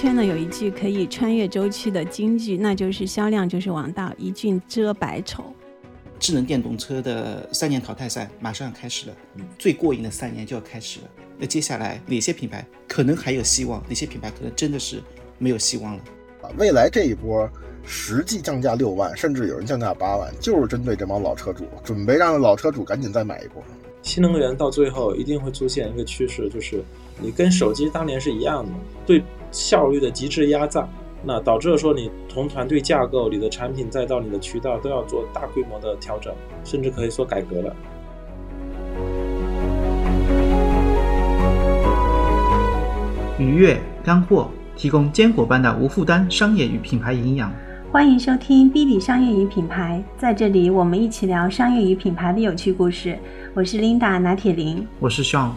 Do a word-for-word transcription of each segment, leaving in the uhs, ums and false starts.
圈呢有一句可以穿越周期的金句，那就是销量就是王道，一俊遮百丑。 智能电动车的三年淘汰赛马上要开始了，最过瘾的三年就要开始了。那接下来哪些品牌可能还有希望，哪些品牌可能真的是没有希望了？ 未来这一波实际降价六万，甚至有人降价八万，就是针对这帮老车主，准备让老车主赶紧再买一波。 新能源到最后一定会出现一个趋势，就是你跟手机当年是一样的，对效率的极致压榨，那导致了说你从团队架构、你的产品再到你的渠道都要做大规模的调整，甚至可以说改革了。 愉悦干货，提供坚果般的无负担商业与品牌营养。 欢迎收听 B B 商业与品牌，在这里我们一起聊商业与品牌的有趣故事。我是 Linda 拿铁林， 我是 Sean。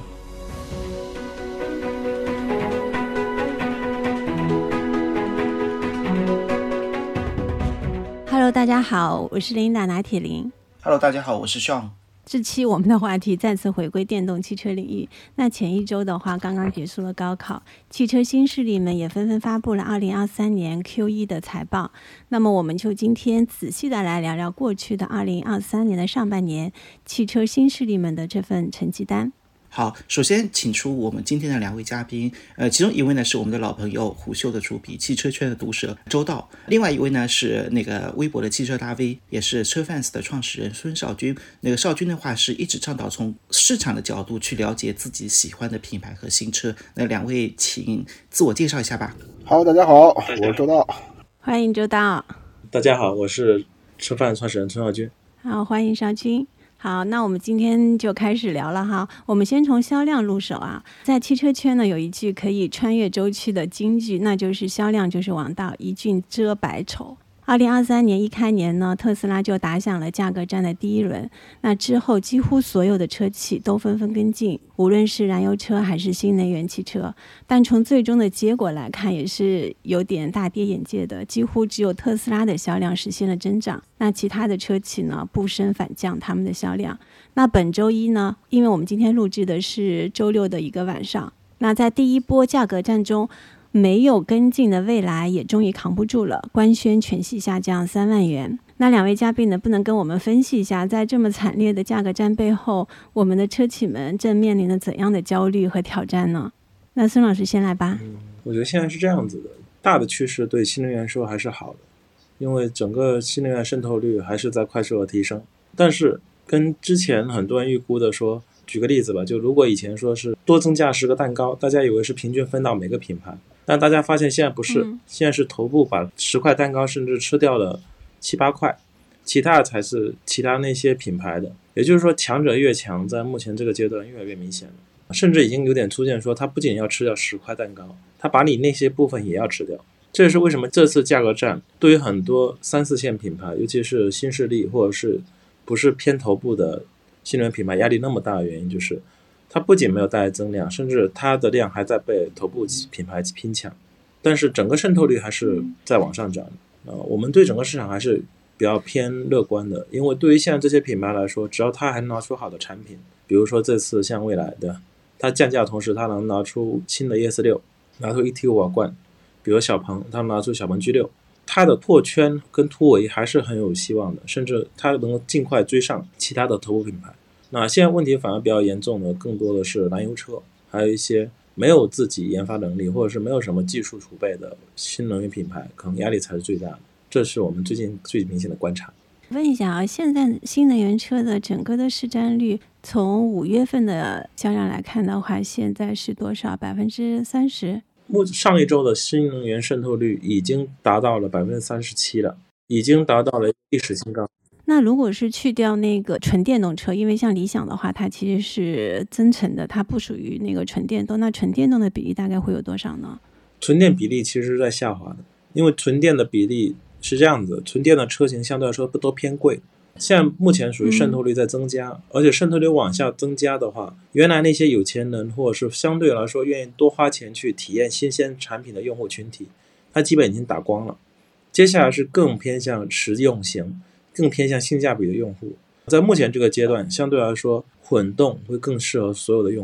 Hello， 大家好，我是 Linda 拿铁林。 Hello， 大家好，我是 Sean。 这期我们的话题再次回归电动汽车领域。那前一周的话，刚刚结束了高考，汽车新势力们也纷纷发布了二零二三年 Q 一 的财报。那么我们就今天仔细的来聊聊过去的二零二三年的上半年汽车新势力们的这份成绩单。 好，首先请出我们今天的两位嘉宾，呃，其中一位呢是我们的老朋友虎嗅的主笔，汽车圈的毒舌周道，另外一位呢是那个微博的汽车大 V， 也是车 fans 的创始人孙少军。那个少军的话是一直倡导从市场的角度去了解自己喜欢的品牌和新车。那两位请自我介绍一下吧。 好，大家好，我是周道。 欢迎周道。 大家好，我是车范创始人孙少军。 好，欢迎少军。好，那我们今天就开始聊了哈。我们先从销量入手啊。在汽车圈呢，有一句可以穿越周期的金句，那就是销量就是王道，一俊遮百丑。二零二三年一开年呢，特斯拉就打响了价格战的第一轮。那之后，几乎所有的车企都纷纷跟进，无论是燃油车还是新能源汽车。但从最终的结果来看，也是有点大跌眼镜的，几乎只有特斯拉的销量实现了增长。那其他的车企呢，不升反降他们的销量。那本周一呢，因为我们今天录制的是周六的一个晚上，那在第一波价格战中，没有跟进的蔚来也终于扛不住了，官宣全系下降三万元。那两位嘉宾能不能跟我们分析一下，在这么惨烈的价格战背后，我们的车企们正面临着怎样的焦虑和挑战呢？那孙老师先来吧。 嗯，我觉得现在是这样子的，大的趋势对新能源说还是好的，因为整个新能源渗透率还是在快速的提升。但是跟之前很多人预估的说，举个例子吧，就如果以前说是多增加十个蛋糕，大家以为是平均分到每个品牌，但大家发现现在不是、嗯、现在是头部把十块蛋糕甚至吃掉了七八块，其他的才是其他那些品牌的。也就是说强者越强，在目前这个阶段越来越明显了，甚至已经有点出现说他不仅要吃掉十块蛋糕，他把你那些部分也要吃掉。这也是为什么这次价格战对于很多三四线品牌，尤其是新势力或者是不是偏头部的新能源品牌压力那么大的原因，就是它不仅没有带来增量，甚至它的量还在被头部品牌拼抢，但是整个渗透率还是在往上涨的、呃、我们对整个市场还是比较偏乐观的，因为对于现在这些品牌来说，只要它还能拿出好的产品，比如说这次像蔚来的，它降价的同时它能拿出新的 E S 六， 拿出 E T 五 瓦罐，比如小鹏它能拿出小鹏 G 六，它的破圈跟突围还是很有希望的，甚至它能尽快追上其他的头部品牌。那现在问题反而比较严重的更多的是燃油车，还有一些没有自己研发能力或者是没有什么技术储备的新能源品牌，可能压力才是最大的，这是我们最近最明显的观察。 问一下啊，现在新能源车的整个的市占率，从五月份的销量来看的话，现在是多少？百分之三十？ 上一周的新能源渗透率已经达到了百分之三十七了，已经达到了历史新高。 那如果是去掉那个纯电动车，因为像理想的话，它其实是增程的，它不属于那个纯电动，那纯电动的比例大概会有多少呢？ 纯电比例其实是在下滑的，因为纯电的比例是这样子，纯电的车型相对来说都偏贵，现在目前属于渗透率在增加、嗯、而且渗透率往下增加的话，原来那些有钱人或者是相对来说愿意多花钱去体验新鲜产品的用户群体，它基本已经打光了。接下来是更偏向实用型，更偏向性价比的用户。在目前这个阶段，相对来说混动会更适合所有的用户，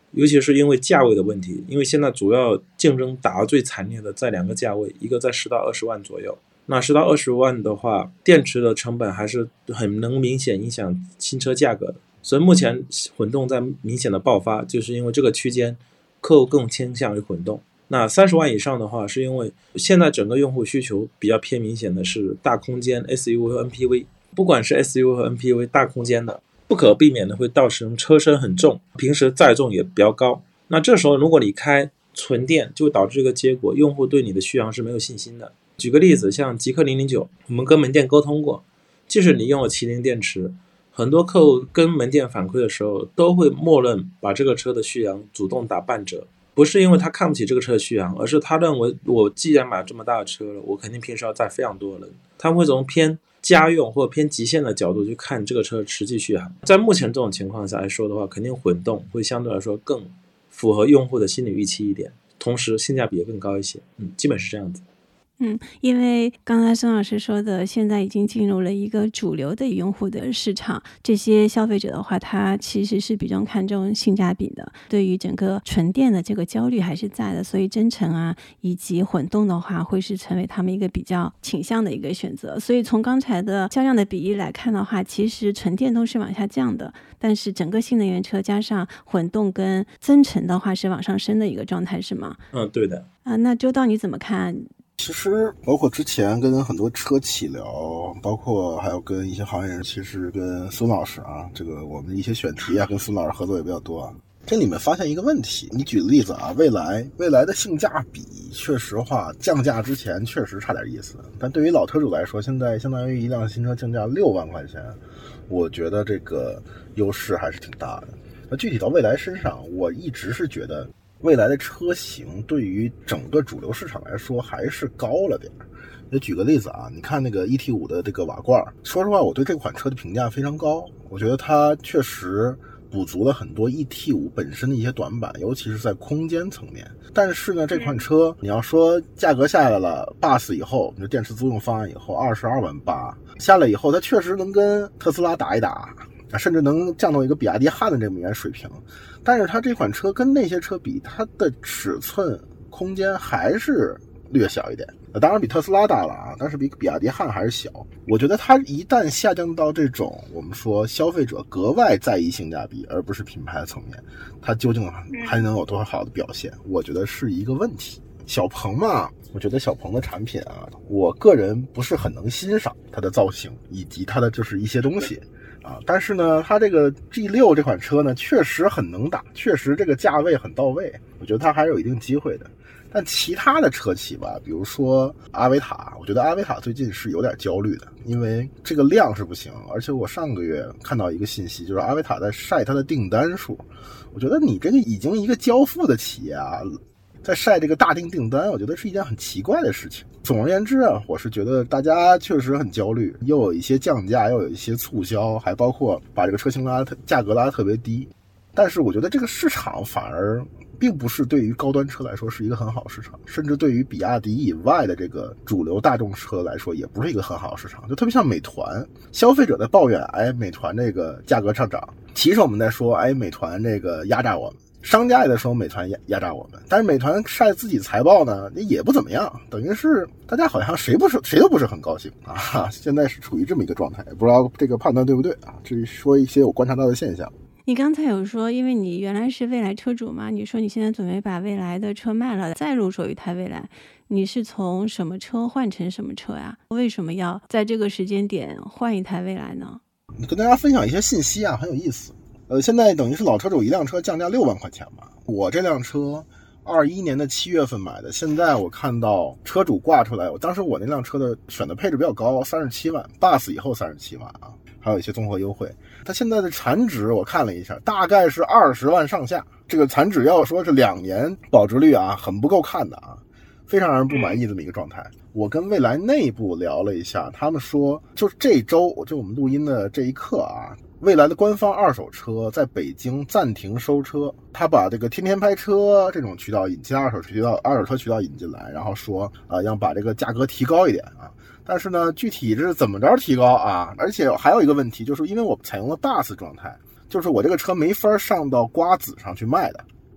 尤其是因为价位的问题，因为现在主要竞争打得最惨烈的在两个价位，一个在十到二十万左右。那十到二十万的话，电池的成本还是很能明显影响新车价格的。所以目前混动在明显的爆发，就是因为这个区间客户更倾向于混动。那三十万以上的话，是因为现在整个用户需求比较偏明显的是大空间 S U V 和 N P V， 不管是 S U V 和 N P V 大空间的，不可避免的会造成车身很重，平时载重也比较高。那这时候如果你开纯电，就会导致这个结果，用户对你的续航是没有信心的。举个例子，像极氪零零九，我们跟门店沟通过，即使你用了麒麟电池，很多客户跟门店反馈的时候都会默认把这个车的续航主动打半折，不是因为他看不起这个车的续航，而是他认为我既然买这么大的车了，我肯定平时要载非常多的人，他会从偏家用或者偏极限的角度去看这个车的实际续航。在目前这种情况下来说的话，肯定混动会相对来说更符合用户的心理预期一点，同时性价比也更高一些。嗯，基本是这样子。 嗯，因为刚才孙老师说的，现在已经进入了一个主流的用户的市场，这些消费者的话，他其实是比较看重性价比的，对于整个纯电的这个焦虑还是在的，所以增程啊以及混动的话，会是成为他们一个比较倾向的一个选择。所以从刚才的销量的比例来看的话，其实纯电动是往下降的，但是整个新能源车加上混动跟增程的话是往上升的一个状态，是吗？ 嗯，对的。 啊，那周道你怎么看？ 其实包括之前跟很多车企聊，包括还有跟一些行业人，其实跟孙老师啊，这个我们一些选题啊，跟孙老师合作也比较多啊。这里面发现一个问题，你举个例子啊，蔚来蔚来的性价比，确实话降价之前确实差点意思，但对于老车主来说，现在相当于一辆新车降价六万块钱，我觉得这个优势还是挺大的。那具体到蔚来身上，我一直是觉得未来的车型对于整个主流市场来说还是高了点。就举个例子啊，你看那个 E T 五 的这个瓦罐，说实话我对这款车的评价非常高，我觉得它确实补足了很多 E T 五 本身的一些短板，尤其是在空间层面。但是呢，这款车你要说价格下来了 B A S 以后，你说电池租用方案以后二十二万八下来以后，它确实能跟特斯拉打一打，甚至能降到一个比亚迪汉的这么一个水平。但是它这款车跟那些车比，它的尺寸空间还是略小一点，当然比特斯拉大了啊，但是比比亚迪汉还是小。我觉得它一旦下降到这种我们说消费者格外在意性价比而不是品牌层面，它究竟还能有多少好的表现，我觉得是一个问题。小鹏嘛，我觉得小鹏的产品啊，我个人不是很能欣赏它的造型以及它的就是一些东西啊，但是呢，它这个 G 六 这款车呢，确实很能打，确实这个价位很到位，我觉得它还是有一定机会的。但其他的车企吧，比如说阿维塔，我觉得阿维塔最近是有点焦虑的，因为这个量是不行，而且我上个月看到一个信息，就是阿维塔在晒它的订单数，我觉得你这个已经一个交付的企业啊，在晒这个大订订单，我觉得是一件很奇怪的事情。总而言之啊，我是觉得大家确实很焦虑，又有一些降价，又有一些促销，还包括把这个车型拉价格拉得特别低。但是我觉得这个市场反而并不是对于高端车来说是一个很好的市场，甚至对于比亚迪以外的这个主流大众车来说也不是一个很好的市场。就特别像美团，消费者在抱怨哎美团这个价格上涨，其实我们在说哎美团这个压榨我们，商家也在说美团压压榨我们，但是美团晒自己财报呢也不怎么样，等于是大家好像谁不是谁都不是很高兴啊，现在是处于这么一个状态，不知道这个判断对不对啊？这是说一些我观察到的现象。 你刚才有说，因为你原来是蔚来车主嘛，你说你现在准备把蔚来的车卖了，再入手一台蔚来，你是从什么车换成什么车呀？为什么要在这个时间点换一台蔚来呢？ 跟大家分享一些信息啊，很有意思。呃，现在等于是老车主一辆车降价六万块钱嘛，我这辆车二一年的七月份买的，现在我看到车主挂出来，我当时我那辆车的选的配置比较高，三十七万 B A S 以后三十七万啊，还有一些综合优惠。它现在的残值我看了一下，大概是二十万上下。这个残值要说是两年保值率啊，很不够看的啊，非常让人不满意这么一个状态。我跟蔚来内部聊了一下，他们说就这周就我们录音的这一刻啊，蔚来的官方二手车在北京暂停收车，他把这个天天拍车这种渠道引进二手渠道二手车渠道引进来，然后说啊、呃、要把这个价格提高一点啊。但是呢，具体是怎么着提高啊？而且还有一个问题，就是因为我采用了 B A S 状态，就是我这个车没法上到瓜子上去卖的，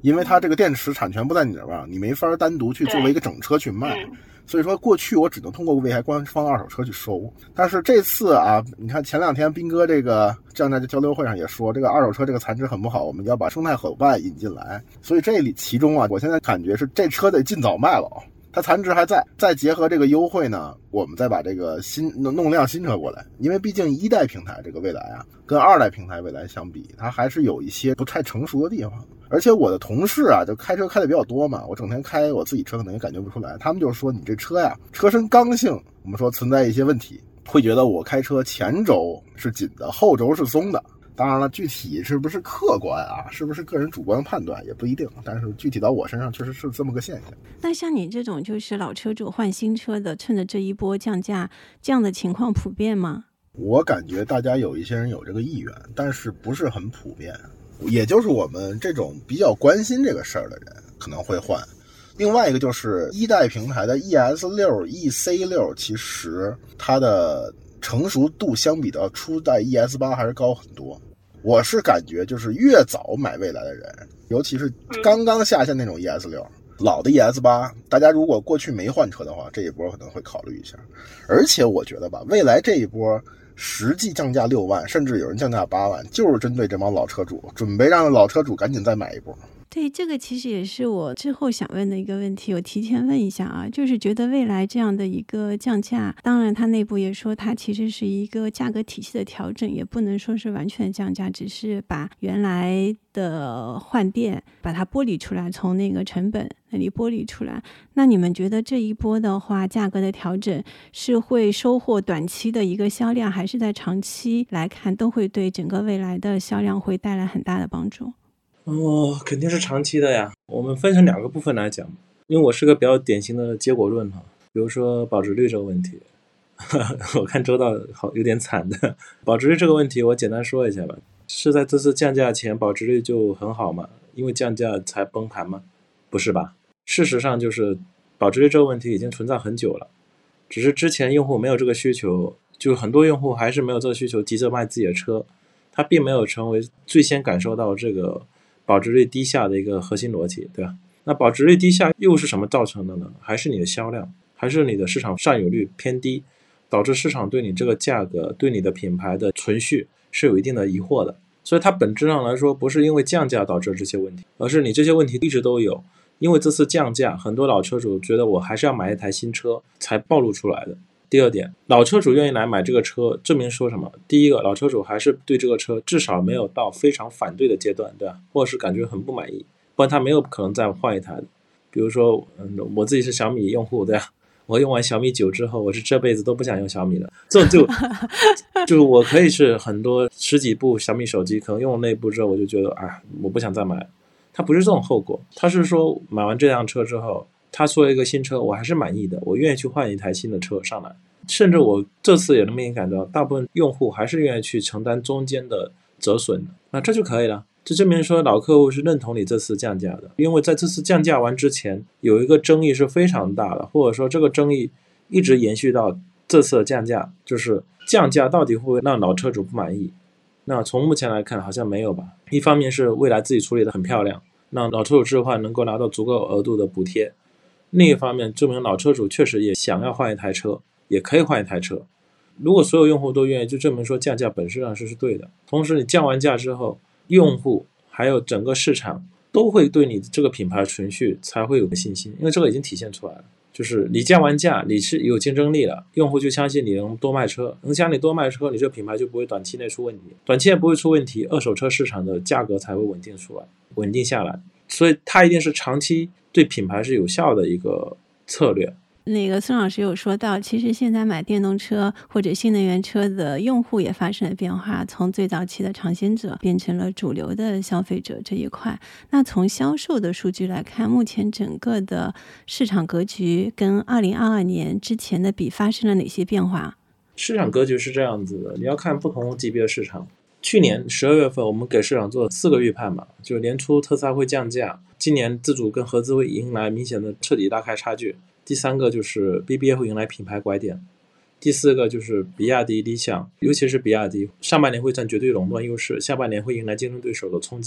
因为它这个电池产权不在你这边，你没法单独去作为一个整车去卖。所以说过去我只能通过未来官方二手车去收，但是这次啊，你看前两天斌哥这个降价交流会上也说，这个二手车这个残值很不好，我们要把生态伙伴引进来。所以这里其中啊，我现在感觉是这车得尽早卖了，它残值还在，再结合这个优惠呢，我们再把这个新弄辆新车过来。因为毕竟一代平台这个蔚来啊，跟二代平台蔚来相比，它还是有一些不太成熟的地方。而且我的同事啊，就开车开的比较多嘛，我整天开我自己车可能也感觉不出来，他们就说你这车呀，车身刚性我们说存在一些问题，会觉得我开车前轴是紧的，后轴是松的。当然了，具体是不是客观啊，是不是个人主观判断也不一定，但是具体到我身上确实是这么个现象。 那像你这种就是老车主换新车的，趁着这一波降价，这样的情况普遍吗？ 我感觉大家有一些人有这个意愿，但是不是很普遍，也就是我们这种比较关心这个事儿的人可能会换。另外一个就是一代平台的 E S 六 E C 六， 其实它的成熟度相比到初代 E S 八 还是高很多。我是感觉就是越早买蔚来的人，尤其是刚刚下线那种 E S 六， 老的 E S 八， 大家如果过去没换车的话，这一波可能会考虑一下。而且我觉得吧，蔚来这一波实际降价六万，甚至有人降价八万，就是针对这帮老车主，准备让老车主赶紧再买一波。 对，这个其实也是我之后想问的一个问题，我提前问一下啊，就是觉得蔚来这样的一个降价，当然它内部也说它其实是一个价格体系的调整，也不能说是完全降价，只是把原来的换电把它剥离出来，从那个成本那里剥离出来。那你们觉得这一波的话，价格的调整是会收获短期的一个销量，还是在长期来看都会对整个蔚来的销量会带来很大的帮助？ 哦，肯定是长期的呀。我们分成两个部分来讲，因为我是个比较典型的结果论哈。比如说保值率这个问题，我看周到好有点惨的。保值率这个问题，我简单说一下吧。是在这次降价前保值率就很好嘛？因为降价才崩盘吗？不是吧？事实上就是保值率这个问题已经存在很久了，只是之前用户没有这个需求，就很多用户还是没有这个需求，急着卖自己的车，他并没有成为最先感受到这个保值率低下的一个核心逻辑，对吧？那保值率低下又是什么造成的呢？还是你的销量，还是你的市场占有率偏低，导致市场对你这个价格，对你的品牌的存续是有一定的疑惑的。所以它本质上来说，不是因为降价导致这些问题，而是你这些问题一直都有。因为这次降价，很多老车主觉得我还是要买一台新车才暴露出来的。第二点，老车主愿意来买这个车，证明说什么？第一个，老车主还是对这个车至少没有到非常反对的阶段，对吧？或者是感觉很不满意，不然他没有可能再换一台的。比如说，嗯，我自己是小米用户，对吧？我用完小米九之后，我是这辈子都不想用小米了。这种就就是我可以是很多十几部小米手机，可能用了那一部之后，我就觉得，哎，我不想再买了。它不是这种后果，它是说买完这辆车之后，它作为一个新车，我还是满意的，我愿意去换一台新的车上来。甚至我这次也能明显感到，大部分用户还是愿意去承担中间的折损的，那这就可以了。这证明说老客户是认同你这次降价的，因为在这次降价完之前，有一个争议是非常大的，或者说这个争议一直延续到这次的降价，就是降价到底会不会让老车主不满意？那从目前来看，好像没有吧。一方面是蔚来自己处理的很漂亮，让老车主置换能够拿到足够额度的补贴；另一方面，证明老车主确实也想要换一台车，也可以换一台车。如果所有用户都愿意，就证明说降价本质上是是对的。同时，你降完价之后，用户还有整个市场都会对你这个品牌存续才会有信心，因为这个已经体现出来了。就是你降完价，你是有竞争力了，用户就相信你能多卖车，能想你多卖车，你这个品牌就不会短期内出问题，短期内不会出问题，二手车市场的价格才会稳定出来，稳定下来。所以它一定是长期对品牌是有效的一个策略。 那个孙老师有说到，其实现在买电动车或者新能源车的用户也发生了变化，从最早期的尝鲜者变成了主流的消费者这一块。那从销售的数据来看，目前整个的市场格局跟二零二二年之前的比发生了哪些变化？ 市场格局是这样子的，你要看不同级别的市场。去年十二月份我们给市场做四个预判嘛，就是年初特斯拉会降价，今年自主跟合资会迎来明显的彻底拉开差距。第三个就是 B B A 会迎来品牌拐点，第四个就是比亚迪、理想，尤其是比亚迪，上半年会占绝对垄断优势，下半年会迎来竞争对手的冲击。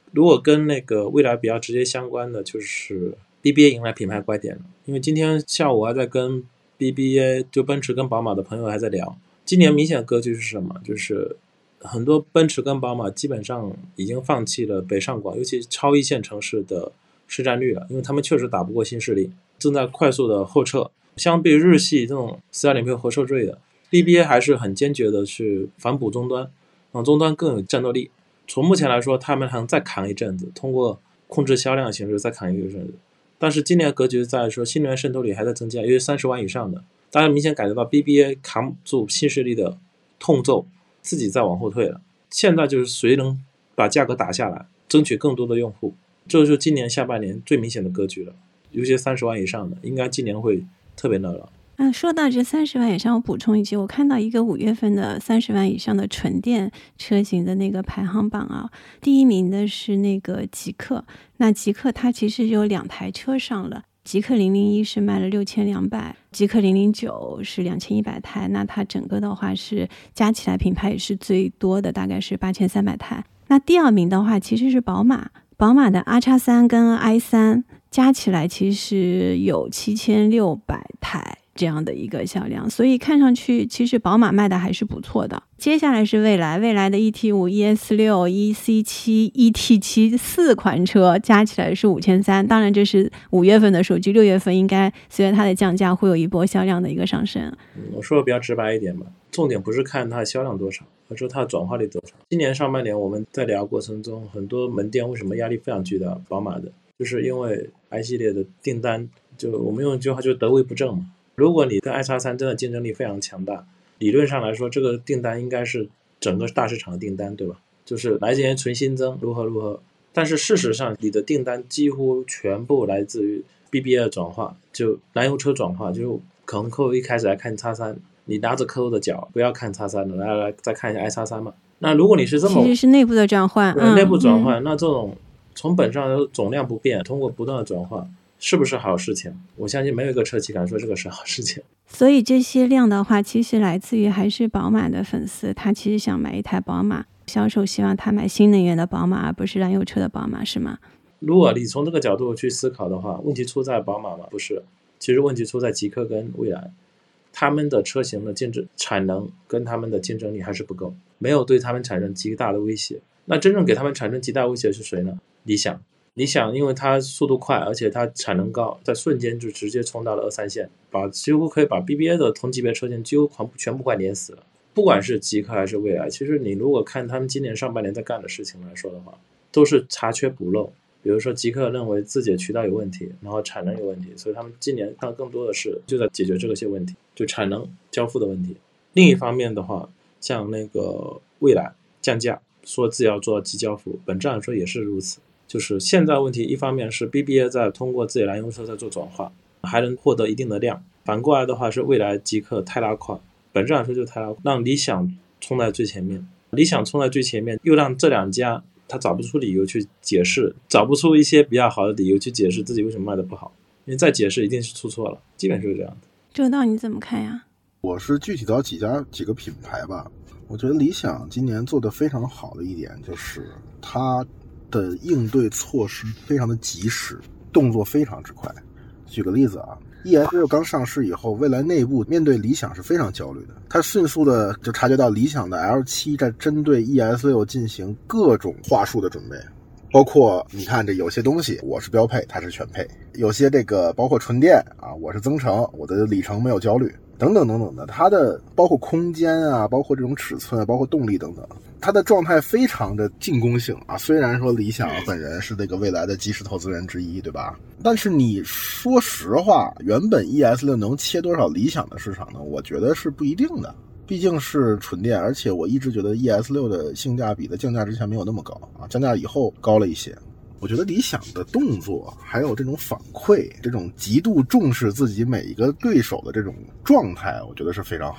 如果跟那个蔚来比较直接相关的，就是 B B A 迎来品牌拐点了。因为今天下午我还在跟 B B A 就奔驰跟宝马的朋友还在聊，今年明显的格局是什么？就是很多奔驰跟宝马基本上已经放弃了北上广，尤其超一线城市的市占率了，因为他们确实打不过新势力，正在快速的后撤。相比日系这种四 点零 后撤坠的 B B A 还是很坚决的去反哺终端，让终端更有战斗力。从目前来说，他们还能再扛一阵子，通过控制销量的形式再扛一个阵子。但是今年的格局在说新能源渗透率还在增加，因为三十万以上的，大家明显感觉到 B B A 扛不住新势力的痛揍，自己在往后退了。现在就是谁能把价格打下来，争取更多的用户，这就是今年下半年最明显的格局了。尤其三十万以上的，应该今年会特别热闹。 嗯，说到这三十万以上，我补充一句，我看到一个五月份的三十万以上的纯电车型的那个排行榜啊，第一名的是那个极氪。那极氪它其实有两台车上了，极氪零零一是卖了六千两百，极氪零零九是两千一百台，那它整个的话是加起来品牌也是最多的，大概是八千三百台。那第二名的话其实是宝马，宝马的 R X 三 跟 i 三加起来其实有七千六百台这样的一个销量，所以看上去其实宝马卖的还是不错的。接下来是蔚来，蔚来的 E T 五、E S 六、E C 七、E T 七四款车加起来是五千三百，当然这是五月份的数据，六月份应该随着它的降价会有一波销量的一个上升。 嗯，我说的比较直白一点吧，重点不是看它的销量多少，而是它的转化率多少。今年上半年我们在聊过程中，很多门店为什么压力非常巨大，宝马的就是因为 I 系列的订单，就我们用一句话就是德位不正嘛。如果你跟 i 叉三 真的竞争力非常强大，理论上来说这个订单应该是整个大市场的订单，对吧？就是来源纯新增如何如何，但是事实上你的订单几乎全部来自于 B B A 的转化，就燃油车转化，就可能客户一开始来看 X 三，你拿着客户的脚不要看 X 三 了，来来再看一下 i 叉三 嘛。那如果你是这么其实是内部的转换， 对、嗯、内部转换、嗯、那这种从本上总量不变，通过不断的转化，是不是好事情？我相信没有一个车企敢说这个是好事情。 所以这些量的话其实来自于还是宝马的粉丝，他其实想买一台宝马，销售希望他买新能源的宝马而不是燃油车的宝马，是吗？ 如果你从这个角度去思考的话，问题出在宝马吗？不是，其实问题出在极氪跟蔚来，他们的车型的竞争产能跟他们的竞争力还是不够，没有对他们产生极大的威胁。那真正给他们产生极大威胁是谁呢？理想。理想因为它速度快，而且它产能高，在瞬间就直接冲到了二三线，把几乎可以把 B B A 的同级别车型几乎全部快碾死了。不管是极氪还是蔚来，其实你如果看他们今年上半年在干的事情来说的话，都是查缺补漏。比如说极氪认为自己的渠道有问题，然后产能有问题，所以他们今年看更多的是就在解决这些问题，就产能交付的问题。另一方面的话，像那个蔚来降价，说自己要做极交付，本质上说也是如此。就是现在问题，一方面是 B B A 在通过自己燃油车在做转化，还能获得一定的量，反过来的话是蔚来极氪太拉胯，本质上说就是太拉胯，让理想冲在最前面，理想冲在最前面，又让这两家他找不出理由去解释，找不出一些比较好的理由去解释自己为什么卖的不好，因为再解释一定是出错了，基本就是这样的。 周道你怎么看呀？ 我是具体到几家几个品牌吧，我觉得理想今年做的非常好的一点就是它的应对措施非常的及时，动作非常之快。举个例子啊 ，E S 六 刚上市以后，蔚来内部面对理想是非常焦虑的，他迅速的就察觉到理想的 L 七 在针对 E S 六 进行各种话术的准备，包括你看这有些东西我是标配，它是全配，有些这个包括纯电啊，我是增程，我的里程没有焦虑，等等等等的，它的包括空间啊，包括这种尺寸，包括动力等等，它的状态非常的进攻性啊。虽然说理想本人是这个未来的基石投资人之一，对吧？但是你说实话，原本 E S 六 能切多少理想的市场呢？我觉得是不一定的，毕竟是纯电，而且我一直觉得 E S 六 的性价比在降价之前没有那么高啊，降价以后高了一些。我觉得理想的动作还有这种反馈，这种极度重视自己每一个对手的这种状态，我觉得是非常好的。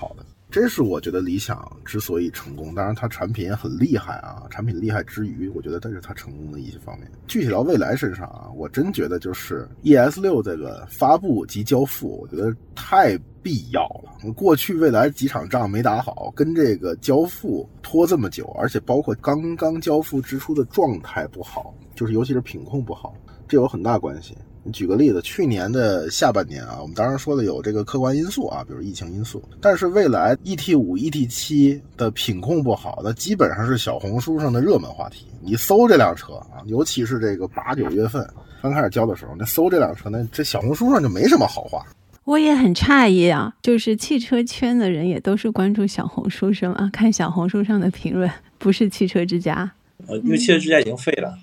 这是我觉得理想之所以成功，当然它产品也很厉害啊，产品厉害之余，我觉得这是它成功的一些方面。具体到未来身上啊，我真觉得就是 E S 六 这个发布及交付，我觉得太必要了。过去未来几场仗没打好，跟这个交付拖这么久，而且包括刚刚交付之初的状态不好，就是尤其是品控不好，这有很大关系。举个例子，去年的下半年啊，我们当然说的有这个客观因素啊，比如疫情因素，但是未来 E T 五 E T 七 的品控不好，那基本上是小红书上的热门话题。你搜这辆车啊，尤其是这个八九月份刚开始交的时候，那搜这辆车，那这小红书上就没什么好话。 我也很诧异啊，就是汽车圈的人也都是关注小红书是吗？看小红书上的评论，不是汽车之家。 呃，因为汽车之家已经废了。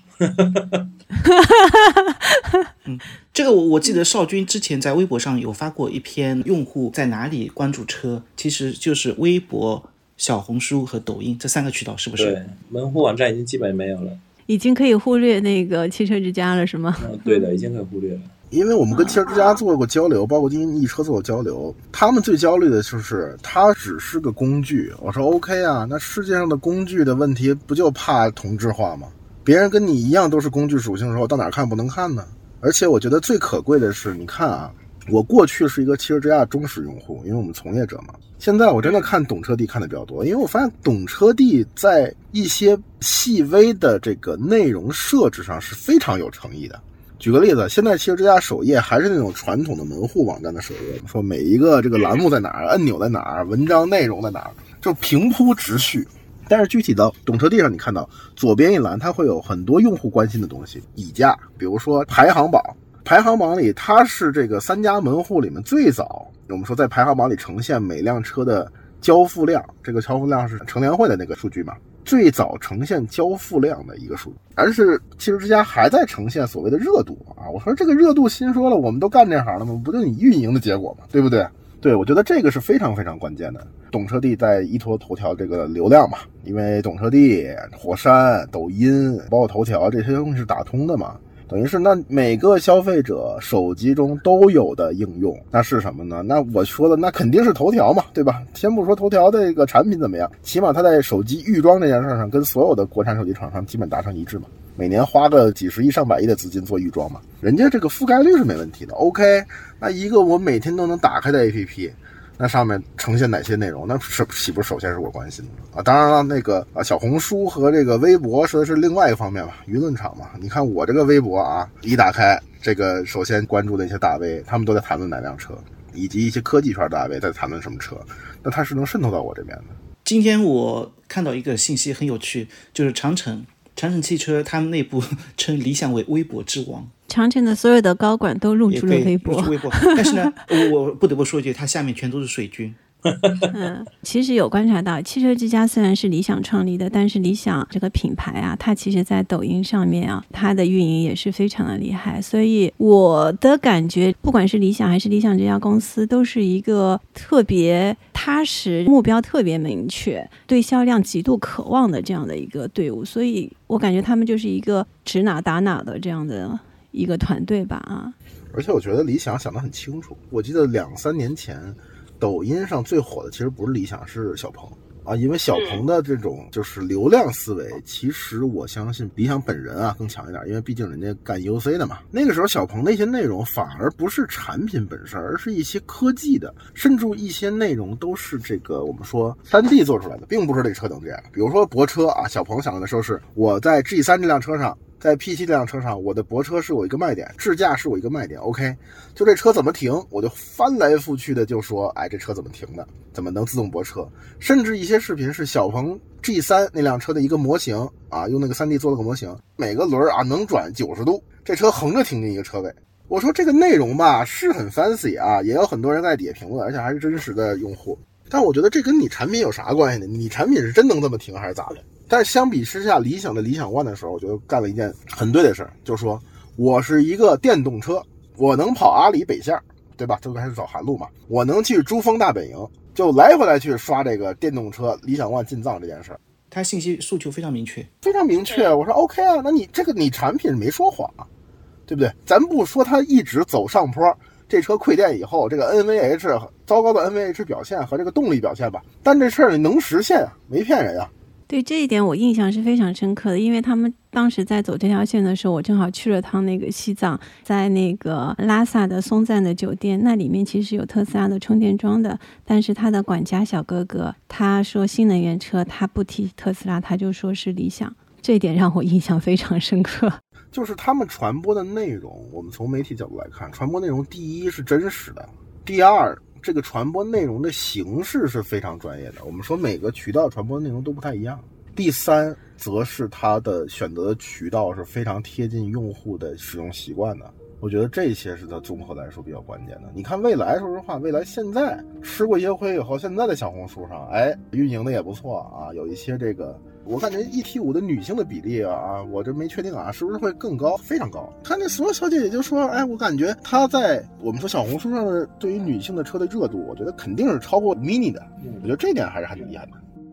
嗯，这个我我记得少军之前在微博上有发过一篇用户在哪里关注车，其实就是微博、小红书和抖音这三个渠道，是不是？ 对，门户网站已经基本没有了， 已经可以忽略那个汽车之家了，是吗？ 嗯，对的，已经可以忽略了。 因为我们跟汽车之家做过交流，包括今天易车做过交流，他们最焦虑的就是它只是个工具。我说 OK 啊，那世界上的工具的问题不就怕同质化吗？别人跟你一样都是工具属性的时候，到哪看不能看呢？而且我觉得最可贵的是，你看啊，我过去是一个汽车之家的忠实用户，因为我们从业者嘛。现在我真的看懂车帝看的比较多，因为我发现懂车帝在一些细微的这个内容设置上是非常有诚意的。举个例子，现在汽车之家首页还是那种传统的门户网站的首页，说每一个这个栏目在哪儿，按钮在哪儿，文章内容在哪儿，就平铺直叙。但是具体到懂车帝上，你看到左边一栏它会有很多用户关心的东西，以价，比如说排行榜，排行榜里它是这个三家门户里面最早，我们说在排行榜里呈现每辆车的交付量，这个交付量是乘联会的那个数据嘛，最早呈现交付量的一个数据。而是汽车之家还在呈现所谓的热度啊，我说这个热度，心说了，我们都干这行了吗？不就你运营的结果吗？对不对？对，我觉得这个是非常非常关键的。懂车帝在依托头条这个流量嘛，因为懂车帝、火山、抖音包括头条这些东西是打通的嘛，等于是那每个消费者手机中都有的应用，那是什么呢？那我说的那肯定是头条嘛，对吧？先不说头条的这个产品怎么样，起码它在手机预装这件事上跟所有的国产手机厂商基本达成一致嘛，每年花个几十亿上百亿的资金做预装嘛，人家这个覆盖率是没问题的。 OK， 那一个我每天都能打开的 A P P， 那上面呈现哪些内容，那是岂不是首先是我关心的啊？当然了，那个啊小红书和这个微博说的是另外一个方面吧，舆论场嘛。你看我这个微博啊，一打开这个首先关注的一些大 V， 他们都在谈论哪辆车，以及一些科技圈大 V 在谈论什么车，那它是能渗透到我这边的。 今天我看到一个信息很有趣，就是长城长城汽车他们内部称理想为微博之王， 长城的所有的高管都入驻了微博， 微博但是呢我不得不说一句，它下面全都是水军。 嗯，其实有观察到，汽车之家虽然是理想创立的，但是理想这个品牌啊，它其实在抖音上面啊，它的运营也是非常的厉害。所以我的感觉，不管是理想还是理想这家公司，都是一个特别踏实、目标特别明确、对销量极度渴望的这样的一个队伍。所以我感觉他们就是一个指哪打哪的这样的一个团队吧啊。 而且我觉得理想想得很清楚，我记得两三年前抖音上最火的其实不是理想，是小鹏啊，因为小鹏的这种就是流量思维，其实我相信理想本人啊更强一点，因为毕竟人家干 U C 的嘛。那个时候小鹏的一些内容反而不是产品本身，而是一些科技的，甚至一些内容都是这个我们说 三 D 做出来的，并不是这个车等这样。比如说泊车啊，小鹏想的时候是我在 G 三 这辆车上，在 P 七 这辆车上，我的泊车是我一个卖点，智驾是我一个卖点。 OK， 就这车怎么停，我就翻来覆去的就说，哎，这车怎么停的，怎么能自动泊车。甚至一些视频是小鹏 G 三 那辆车的一个模型啊，用那个 三 D 做了个模型，每个轮啊能转九十度，这车横着停进一个车位。我说这个内容吧是很 fancy 啊，也有很多人在底下评论，而且还是真实的用户，但我觉得这跟你产品有啥关系呢？你产品是真能这么停还是咋的？但是相比之下，理想的理想 ONE 的时候，我觉得干了一件很对的事，就是说我是一个电动车，我能跑阿里北线，对吧？这个还是找韩路嘛，我能去珠峰大本营，就来回来去刷这个电动车理想 ONE 进藏这件事。 他信息诉求非常明确， 非常明确。我说 OK 啊，那你这个你产品没说谎啊，对不对？咱不说他一直走上坡， 这车溃电以后，这个 N V H 糟糕的 N V H 表现和这个动力表现吧，但这事儿能实现啊，没骗人啊。 对这一点我印象是非常深刻的，因为他们当时在走这条线的时候，我正好去了趟那个西藏，在那个拉萨的松赞的酒店，那里面其实有特斯拉的充电桩的，但是他的管家小哥哥他说新能源车他不提特斯拉，他就说是理想，这一点让我印象非常深刻。 就是他们传播的内容，我们从媒体角度来看，传播内容第一是真实的，第二这个传播内容的形式是非常专业的，我们说每个渠道传播内容都不太一样。第三则是它的选择的渠道是非常贴近用户的使用习惯的，我觉得这些是它综合来说比较关键的。你看蔚来，说实话，蔚来现在吃过一些亏以后，现在的小红书上，哎，运营的也不错啊，有一些这个，我感觉 E T 五 的女性的比例啊，我这没确定啊，是不是会更高，非常高。看那所有小姐姐就说，哎，我感觉她在我们说小红书上的对于女性的车的热度，我觉得肯定是超过 Mini 的，我觉得这点还是很厉害的。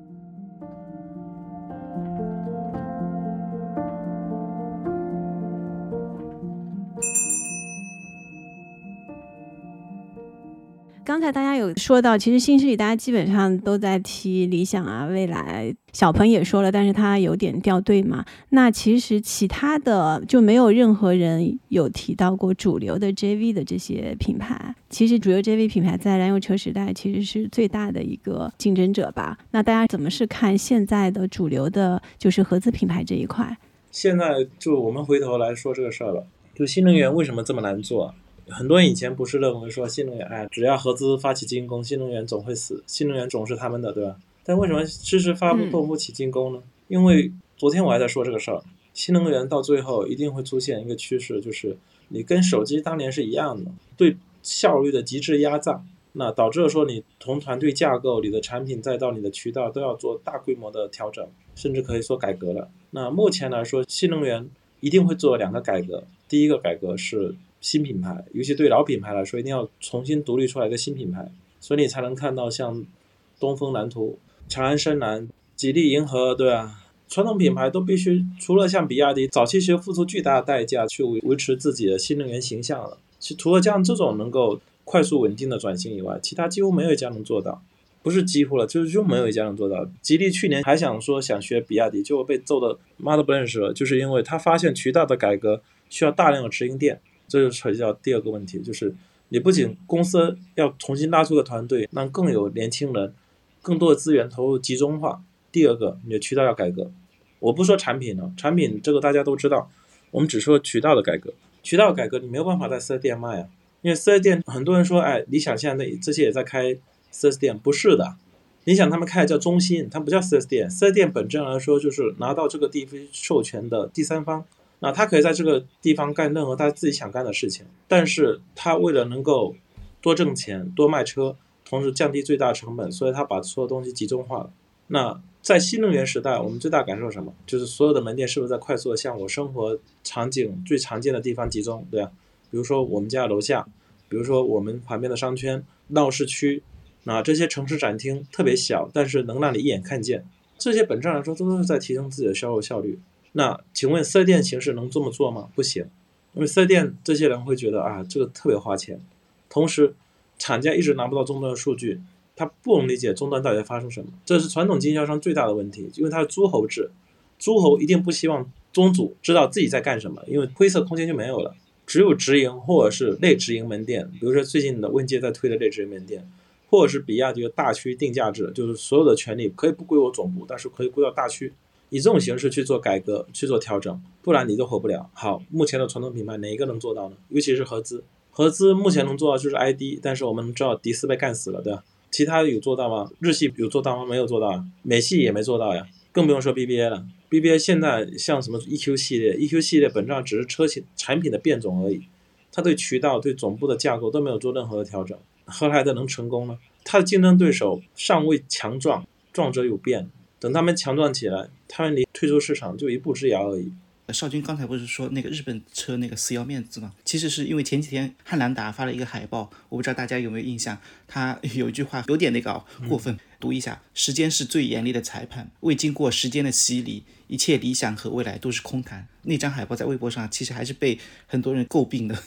刚才大家有说到，其实新势力大家基本上都在提理想啊、蔚来，小鹏也说了，但是他有点掉队嘛。那其实其他的就没有任何人有提到过主流的 J V 的这些品牌。其实主流 J V 品牌在燃油车时代其实是最大的一个竞争者吧。那大家怎么是看现在的主流的就是合资品牌这一块？ 现在就我们回头来说这个事儿了，就新能源为什么这么难做？很多人以前不是认为说新能源，哎，只要合资发起进攻，新能源总会死，新能源总是他们的，对吧？但为什么迟迟发不动不起进攻呢？嗯、因为昨天我还在说这个事儿，新能源到最后一定会出现一个趋势，就是你跟手机当年是一样的，对效率的极致压榨，那导致了说你从团队架构、你的产品再到你的渠道都要做大规模的调整，甚至可以说改革了。那目前来说，新能源一定会做两个改革，第一个改革是新品牌，尤其对老品牌来说，一定要重新独立出来一个新品牌，所以你才能看到像东风蓝图、长安深蓝、吉利银河，对吧？传统品牌都必须除了像比亚迪早期其实付出巨大的代价去维持自己的新能源形象了，其除了像这种能够快速稳定的转型以外，其他几乎没有一家能做到，不是几乎了，就是就没有一家能做到。吉利去年还想说想学比亚迪，结果被揍的妈都不认识了，就是因为他发现渠道的改革需要大量的直营店。这就扯及到第二个问题，就是你不仅公司要重新拉出个团队，让更有年轻人更多的资源投入集中化，第二个你的渠道要改革。我不说产品了，产品这个大家都知道，我们只说渠道的改革。渠道改革你没有办法在 四 S 店卖啊，因为 四 S 店很多人说，哎，理想现在这些也在开 四 S 店，不是的，理想他们开的叫中心，它不叫 四 S 店。 四 S 店本质上来说就是拿到这个地方授权的第三方，那他可以在这个地方干任何他自己想干的事情，但是他为了能够多挣钱多卖车，同时降低最大成本，所以他把所有东西集中化了。那在新能源时代，我们最大感受是什么？就是所有的门店是不是在快速的向我生活场景最常见的地方集中，对吧？比如说我们家楼下，比如说我们旁边的商圈、闹市区，那这些城市展厅特别小，但是能让你一眼看见，这些本质上来说都是在提升自己的销售效率。那请问四 S 店形式能这么做吗？不行，因为四 S 店这些人会觉得啊，这个特别花钱，同时厂家一直拿不到终端的数据，他不能理解终端到底在发生什么，这是传统经销商最大的问题，因为它是诸侯制，诸侯一定不希望宗主知道自己在干什么，因为灰色空间就没有了，只有直营或者是类直营门店，比如说最近的问界在推的类直营门店，或者是比亚迪的大区定价制，就是所有的权利可以不归我总部，但是可以归到大区，以这种形式去做改革去做调整，不然你都活不了。好，目前的传统品牌哪一个能做到呢？尤其是合资，合资目前能做到就是 I D， 但是我们知道迪斯被干死了，对吧？其他有做到吗？日系有做到吗？没有做到啊。美系也没做到呀，更不用说 B B A 了。B B A 现在像什么 E Q 系列 ，E Q 系列本质上只是车型产品的变种而已，它对渠道、对总部的架构都没有做任何的调整，何来的能成功呢？它的竞争对手尚未强壮，壮者有变，等他们强壮起来，他们离退出市场就一步之遥而已。 少军刚才不是说那个日本车那个死要面子吗？其实是因为前几天汉兰达发了一个海报，我不知道大家有没有印象，他有一句话有点那个过分，嗯、读一下：时间是最严厉的裁判，未经过时间的洗礼，一切理想和未来都是空谈。那张海报在微博上其实还是被很多人诟病的。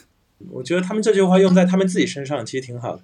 我觉得他们这句话用在他们自己身上其实挺好的。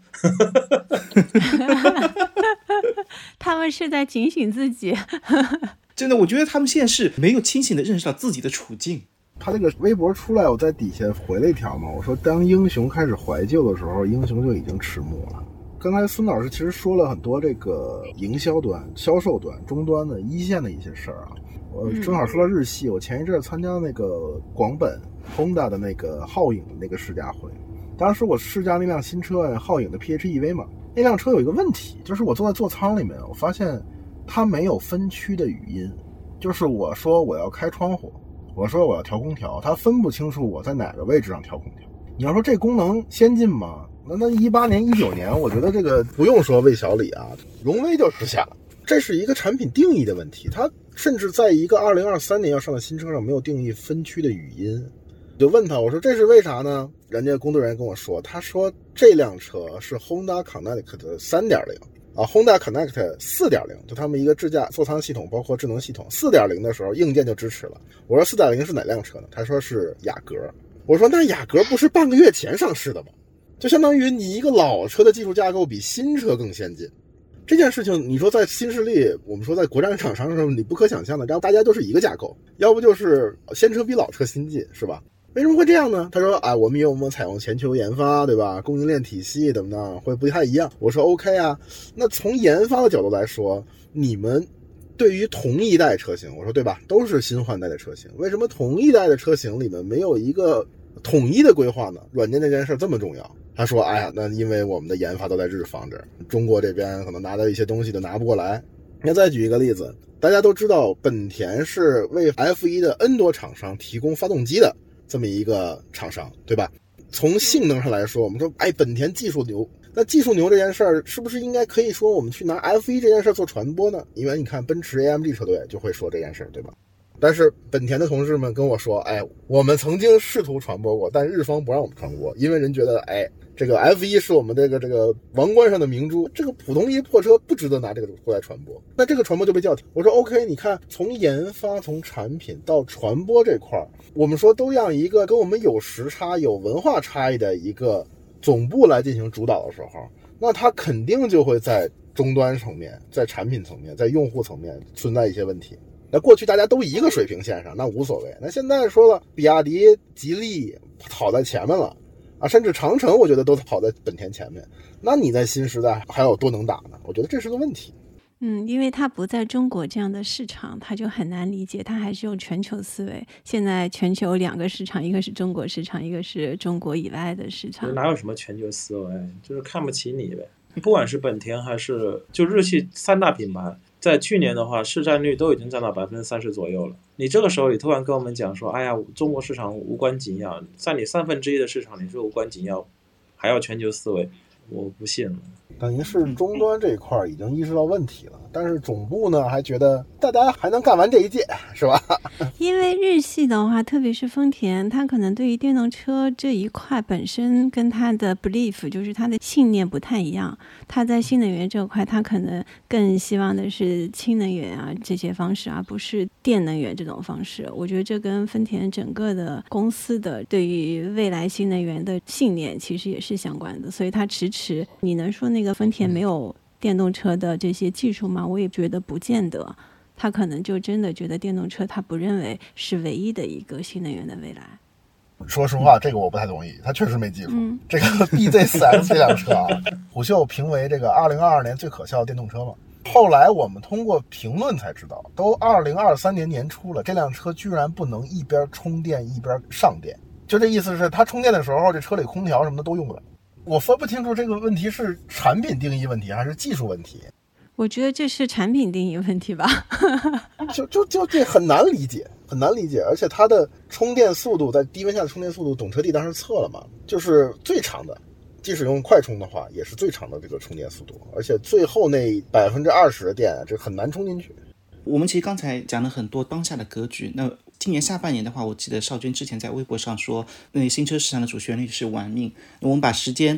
他们是在警醒自己。 真的，我觉得他们现在是没有清醒的认识到自己的处境。 他这个微博出来，我在底下回了一条嘛，我说当英雄开始怀旧的时候，英雄就已经迟暮了。刚才孙老师其实说了很多这个营销端、销售端、终端的一线的一些事儿啊。我正好说到日系，我前一阵参加那个广本 Honda 的那个皓影的那个试驾会，当时我试驾那辆新车皓影的 P H E V 嘛，那辆车有一个问题，就是我坐在座舱里面，我发现它没有分区的语音，就是我说我要开窗户，我说我要调空调，它分不清楚我在哪个位置上调空调。你要说这功能先进吗？那那一八年、一九年，我觉得这个不用说魏小李啊，荣威就实现了。这是一个产品定义的问题，它甚至在一个二零二三年要上的新车上没有定义分区的语音。就问他，我说这是为啥呢？人家工作人员跟我说，他说这辆车是 Honda Connect 的 三点零 啊 ，Honda Connect 四点零， 就他们一个智驾座舱系统包括智能系统 四点零 的时候硬件就支持了。我说 四点零 是哪辆车呢？他说是雅阁。我说那雅阁不是半个月前上市的吗？就相当于你一个老车的技术架构比新车更先进。这件事情你说在新势力，我们说在国产厂商上你不可想象的，然后大家都是一个架构，要不就是先车比老车新进，是吧？为什么会这样呢？他说啊，我们有没有采用全球研发，对吧？供应链体系怎么的会不太一样。我说 OK 啊，那从研发的角度来说，你们对于同一代车型，我说对吧，都是新换代的车型，为什么同一代的车型里面没有一个统一的规划呢？软件这件事这么重要。他说哎呀，那因为我们的研发都在日方这儿，中国这边可能拿到一些东西都拿不过来。那再举一个例子，大家都知道本田是为 F 一 的 N 多厂商提供发动机的这么一个厂商，对吧？从性能上来说，我们说哎，本田技术牛，那技术牛这件事儿是不是应该可以说我们去拿 F 一 这件事儿做传播呢？因为你看奔驰 A M G 车队就会说这件事儿，对吧？但是本田的同事们跟我说，哎，我们曾经试图传播过，但日方不让我们传播，因为人觉得哎，这个 F 一 是我们这个这个王冠上的明珠，这个普通一破车不值得拿这个过来传播，那这个传播就被叫停。我说 OK， 你看从研发从产品到传播这块，我们说都让一个跟我们有时差有文化差异的一个总部来进行主导的时候，那它肯定就会在终端层面，在产品层面，在用户层面存在一些问题。那过去大家都一个水平线上，那无所谓。那现在说了，比亚迪、吉利跑在前面了啊，甚至长城我觉得都跑在本田前面。那你在新时代还有多能打呢？我觉得这是个问题。 嗯，因为它不在中国这样的市场，它就很难理解，它还是用全球思维。现在全球两个市场，一个是中国市场，一个是中国以外的市场。 哪有什么全球思维，就是看不起你呗。不管是本田还是就日系三大品牌，在去年的话，市占率都已经占到百分之三十左右了。你这个时候你突然跟我们讲说，哎呀，中国市场无关紧要，在你三分之一的市场你说无关紧要，还要全球思维，我不信了。 等于是终端这一块已经意识到问题了，但是总部呢还觉得大家还能干完这一届，是吧？ 因为日系的话，特别是丰田，它可能对于电动车这一块本身跟它的 belief， 就是它的信念不太一样。它在新能源这块，它可能更希望的是氢能源啊这些方式，而不是电能源这种方式。我觉得这跟丰田整个的公司的对于未来新能源的信念其实也是相关的，所以它迟迟，你能说那个丰田没有电动车的这些技术吗？我也觉得不见得。他可能就真的觉得电动车他不认为是唯一的一个新能源的未来。 说实话，这个我不太同意，他确实没技术。嗯、这个 B Z 四 X 这辆车啊，虎嗅评为这个二零二二年最可笑的电动车嘛。后来我们通过评论才知道，都二零二三年年初了，这辆车居然不能一边充电一边上电，就这意思是它充电的时候，这车里空调什么的都用不了。我分不清楚这个问题是产品定义问题还是技术问题。 我觉得这是产品定义问题吧。 就就就这很难理解，很难理解。而且它的充电速度，在低温下的充电速度，懂车帝当时测了嘛，就是最长的，即使用快充的话，也是最长的这个充电速度。而且最后那百分之二十的电，这很难充进去。 我们其实刚才讲了很多当下的格局。那今年下半年的话，我记得邵军之前在微博上说，那新车市场的主旋律是玩命。我们把时间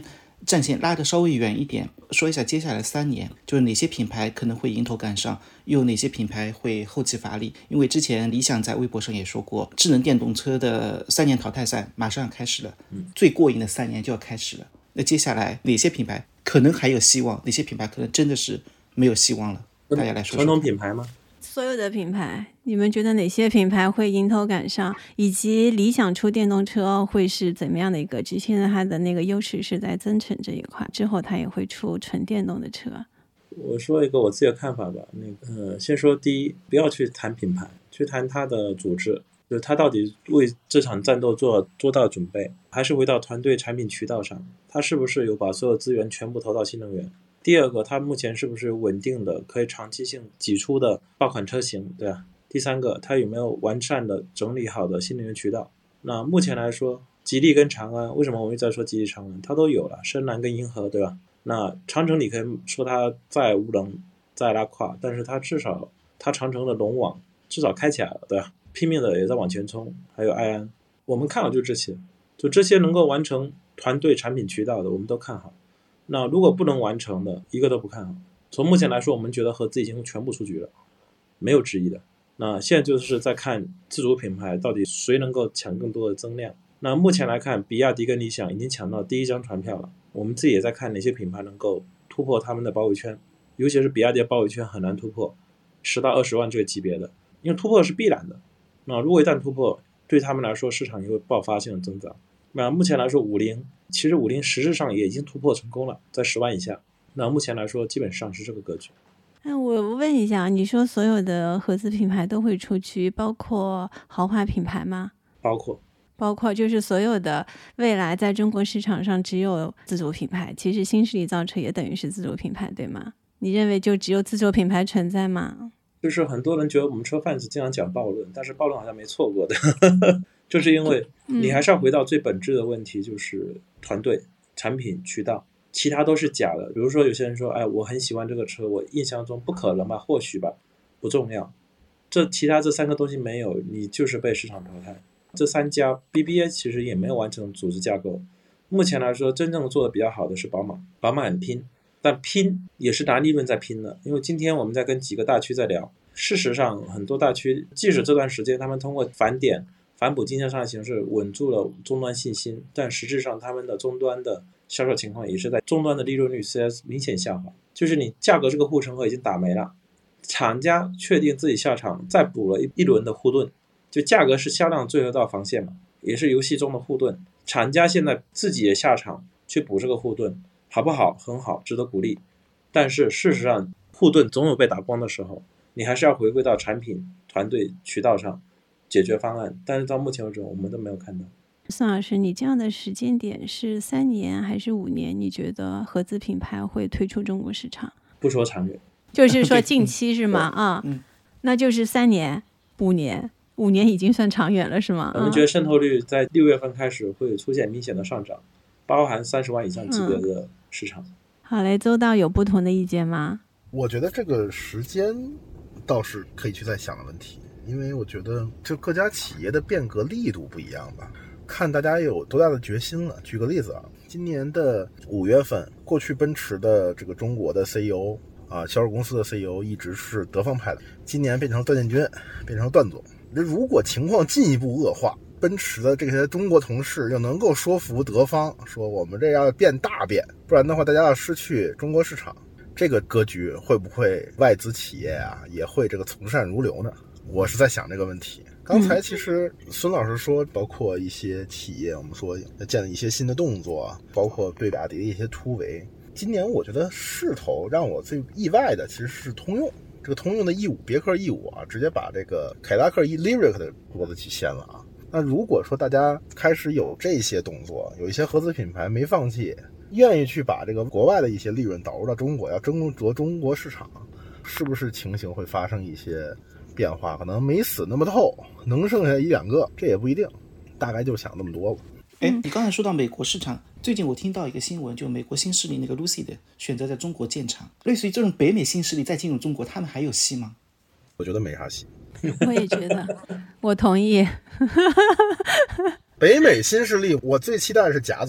战线拉得稍微远一点，说一下接下来三年就是哪些品牌可能会迎头赶上，又有哪些品牌会后继乏力。因为之前理想在微博上也说过，智能电动车的三年淘汰赛马上要开始了，最过瘾的三年就要开始了。那接下来哪些品牌可能还有希望，哪些品牌可能真的是没有希望了？大家来说说。 传统品牌吗？ 所有的品牌，你们觉得哪些品牌会迎头赶上，以及理想出电动车会是怎么样的一个？现在它的那个优势是在增程这一块，之后它也会出纯电动的车。 我说一个我自己的看法吧。那个呃，先说第一，不要去谈品牌，去谈它的组织，就是它到底为这场战斗做多大的准备，还是回到团队、产品、渠道上，它是不是有把所有资源全部投到新能源？第二个，它目前是不是稳定的可以长期性挤出的爆款车型，对吧？第三个，它有没有完善的整理好的新能源渠道？那目前来说，吉利跟长安，为什么我们一直在说吉利长安？它都有了，深蓝跟银河，对吧？那长城你可以说它再无能再拉胯，但是它至少它长城的龙网至少开起来了，对吧？拼命的也在往前冲。还有埃安，我们看好就这些，就这些能够完成团队、产品、渠道的，我们都看好。那如果不能完成的，一个都不看好。从目前来说，我们觉得合资已经全部出局了，没有之一的。那现在就是在看自主品牌到底谁能够抢更多的增量。那目前来看，比亚迪跟理想已经抢到第一张船票了。我们自己也在看哪些品牌能够突破他们的包围圈，尤其是比亚迪的包围圈很难突破，十到二十万这个级别的，因为突破是必然的。那如果一旦突破，对他们来说市场也会爆发性的增长。那目前来说，五菱其实五菱实质上也已经突破成功了，在十万以下。那目前来说，基本上是这个格局。 那我问一下，你说所有的合资品牌都会出局，包括豪华品牌吗？ 包括， 包括就是所有的未来在中国市场上只有自主品牌，其实新势力造车也等于是自主品牌，对吗？你认为就只有自主品牌存在吗？ 就是很多人觉得我们车贩子经常讲暴论，但是暴论好像没错过的就是因为你还是要回到最本质的问题，就是团队、产品、渠道，其他都是假的。比如说有些人说，哎，我很喜欢这个车，我印象中不可能吧，或许吧，不重要。这其他这三个东西没有，你就是被市场淘汰。这三家 B B A 其实也没有完成组织架构。目前来说，真正做的比较好的是宝马，宝马很拼，但拼也是拿利润在拼的。因为今天我们在跟几个大区在聊，事实上很多大区即使这段时间他们通过返点反哺经销商的形式稳住了终端信心，但实质上他们的终端的销售情况也是在终端的利润率是在明显下滑。就是你价格这个护城河已经打没了，厂家确定自己下场再补了一轮的护盾，就价格是销量最后一道防线嘛，也是游戏中的护盾。厂家现在自己也下场去补这个护盾，好不好？很好，值得鼓励。但是事实上护盾总有被打光的时候，你还是要回归到产品、团队、渠道上解决方案，但是到目前为止我们都没有看到。 宋老师，你这样的时间点是三年还是五年？你觉得合资品牌会退出中国市场？ 不说长远， 就是说近期是吗？啊、嗯，那就是三年、五年，五年已经算长远了是吗？ 我们觉得渗透率在六月份开始会出现明显的上涨，包含三十万以上级别的市场。 嗯、好嘞，周道有不同的意见吗？ 我觉得这个时间倒是可以去再想的问题，因为我觉得这各家企业的变革力度不一样吧，看大家有多大的决心了。举个例子啊，今年的五月份，过去奔驰的这个中国的 C E O 啊，销售公司的 C E O 一直是德方派的，今年变成段建军，变成段总。那如果情况进一步恶化，奔驰的这些中国同事又能够说服德方说我们这要变大变，不然的话大家要失去中国市场，这个格局会不会外资企业啊也会这个从善如流呢？我是在想这个问题。刚才其实孙老师说，包括一些企业，我们说要建立一些新的动作，包括对比亚迪的一些突围。今年我觉得势头让我最意外的其实是通用，这个通用的 E 五 别克 E 五 啊，直接把这个凯迪拉克 Lyriq 的脖子去掀了啊。那如果说大家开始有这些动作，有一些合资品牌没放弃，愿意去把这个国外的一些利润导入到中国，要争夺中国市场，是不是情形会发生一些变化？可能没死那么透，能剩下一两个，这也不一定，大概就想那么多了。 哎，你刚才说到美国市场，最近我听到一个新闻，就美国新势力那个 Lucid 选择在中国建厂，类似于这种北美新势力再进入中国，他们还有戏吗？ 我觉得没啥戏。 我也觉得，我同意。 北美新势力，我最期待的是贾总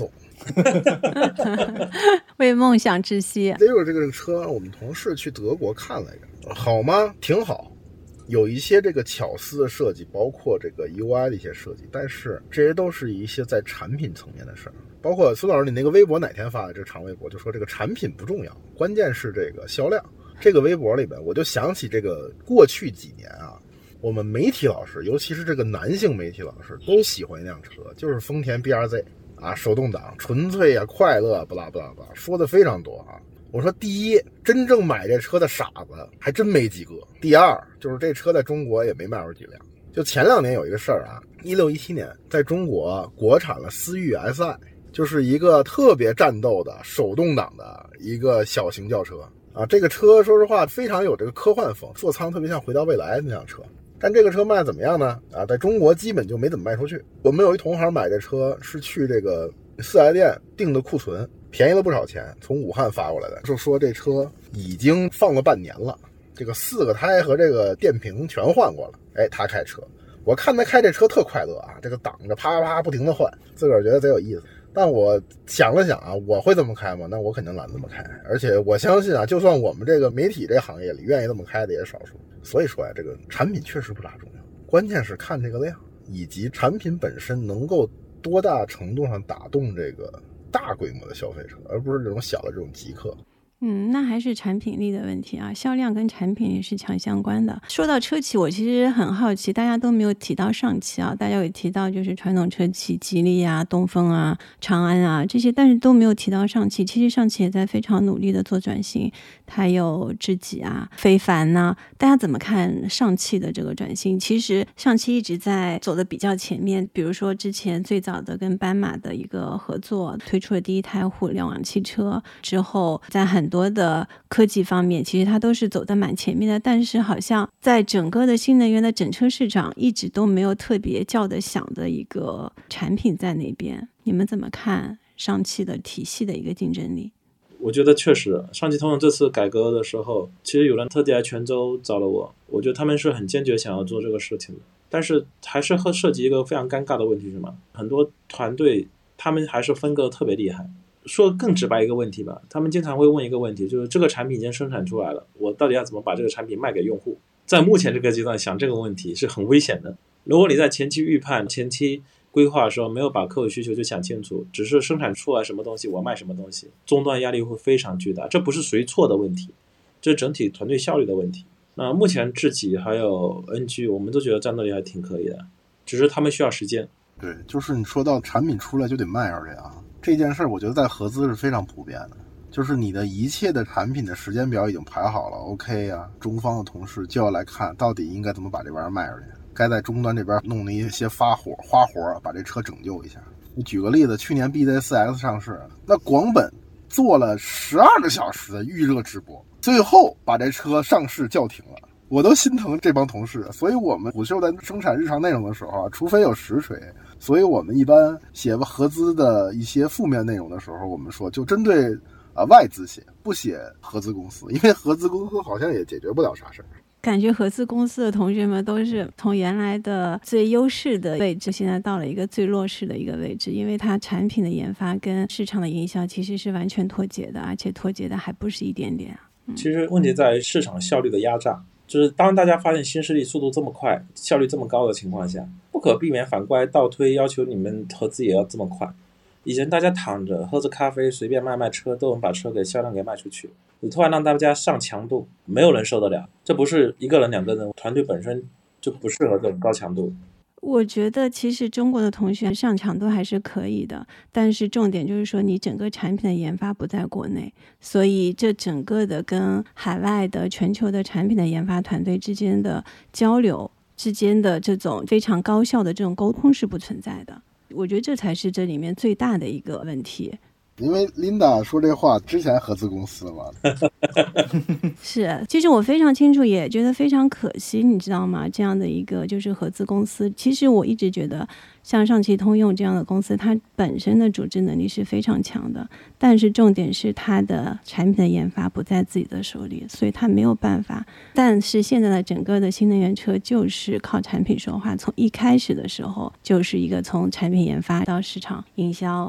为梦想窒息。 结果这个车我们同事去德国看来着，好吗？挺好，有一些这个巧思的设计，包括这个 U I 的一些设计，但是这些都是一些在产品层面的事儿。包括孙老师你那个微博哪天发的这个长微博，就说这个产品不重要，关键是这个销量。这个微博里边我就想起这个过去几年啊，我们媒体老师，尤其是这个男性媒体老师，都喜欢一辆车，就是丰田 B R Z 啊，手动挡，纯粹啊，快乐，不啦不啦不啦，说的非常多啊。我说第一，真正买这车的傻子还真没几个。第二，就是这车在中国也没卖出几辆。就前两年有一个事儿啊，一六一七年在中国国产了思域 S I， 就是一个特别战斗的手动挡的一个小型轿车啊。这个车说实话非常有这个科幻风，座舱特别像回到未来那辆车。但这个车卖怎么样呢？啊，在中国基本就没怎么卖出去。我们有一同行买这车是去这个四 S 店订的库存，便宜了不少钱，从武汉发过来的，就说这车已经放了半年了，这个四个胎和这个电瓶全换过了。哎，他开车，我看他开这车特快乐啊，这个挡着啪啪啪不停的换，自个儿觉得贼有意思。但我想了想啊，我会这么开吗？那我肯定懒得这么开。而且我相信啊，就算我们这个媒体这行业里愿意这么开的也是少数。所以说呀、啊，这个产品确实不大重要，关键是看这个量，以及产品本身能够多大程度上打动这个大规模的消费者，而不是这种小的这种极客。 嗯，那还是产品力的问题啊，销量跟产品也是强相关的。说到车企，我其实很好奇，大家都没有提到上汽啊，大家有提到就是传统车企，吉利啊、东风啊、长安啊这些，但是都没有提到上汽。其实上汽也在非常努力的做转型，它有智己啊、非凡呐、啊，大家怎么看上汽的这个转型？其实上汽一直在走的比较前面，比如说之前最早的跟斑马的一个合作，推出了第一台互联网汽车之后，在很多的科技方面其实它都是走得蛮前面的，但是好像在整个的新能源的整车市场一直都没有特别叫得响的一个产品在那边。你们怎么看上汽的体系的一个竞争力？ 我觉得确实上汽通用这次改革的时候，其实有人特地来泉州找了我，我觉得他们是很坚决想要做这个事情的，但是还是会涉及一个非常尴尬的问题，是吗？很多团队他们还是分割特别厉害。说更直白一个问题吧，他们经常会问一个问题，就是这个产品已经生产出来了，我到底要怎么把这个产品卖给用户？在目前这个阶段想这个问题是很危险的。如果你在前期预判、前期规划的时候没有把客户需求就想清楚，只是生产出来什么东西我卖什么东西，终端压力会非常巨大。这不是谁错的问题，这是整体团队效率的问题。那目前智己还有 N G 我们都觉得战斗力还挺可以的，只是他们需要时间。 对，就是你说到产品出来就得卖而已啊，这件事我觉得在合资是非常普遍的，就是你的一切的产品的时间表已经排好了 OK 啊，中方的同事就要来看到底应该怎么把这玩意儿卖出去，该在终端这边弄了一些发活花活把这车拯救一下。你举个例子，去年 B Z 四 X 上市，那广本做了十二个小时的预热直播，最后把这车上市叫停了，我都心疼这帮同事。所以我们虎嗅在生产日常内容的时候啊，除非有实锤，所以我们一般写合资的一些负面内容的时候，我们说就针对啊外资写，不写合资公司，因为合资公司好像也解决不了啥事儿。 感觉合资公司的同学们都是从原来的最优势的位置，现在到了一个最弱势的一个位置，因为它产品的研发跟市场的营销其实是完全脱节的，而且脱节的还不是一点点、嗯、 其实问题在于市场效率的压榨，就是当大家发现新势力速度这么快，效率这么高的情况下，不可避免反过来倒推，要求你们合资也要这么快。以前大家躺着喝着咖啡随便卖卖车都能把车给销量给卖出去，你突然让大家上强度，没有人受得了，这不是一个人两个人，团队本身就不适合这种高强度。 我觉得其实中国的同学上强度还是可以的，但是重点就是说你整个产品的研发不在国内，所以这整个的跟海外的全球的产品的研发团队之间的交流之间的这种非常高效的这种沟通是不存在的。我觉得这才是这里面最大的一个问题。 因为 Linda 说这话之前合资公司嘛是，其实我非常清楚，也觉得非常可惜，你知道吗？这样的一个就是合资公司，其实我一直觉得像上汽通用这样的公司，它本身的组织能力是非常强的，但是重点是它的产品的研发不在自己的手里，所以它没有办法。但是现在的整个的新能源车就是靠产品说话，从一开始的时候就是一个从产品研发到市场营销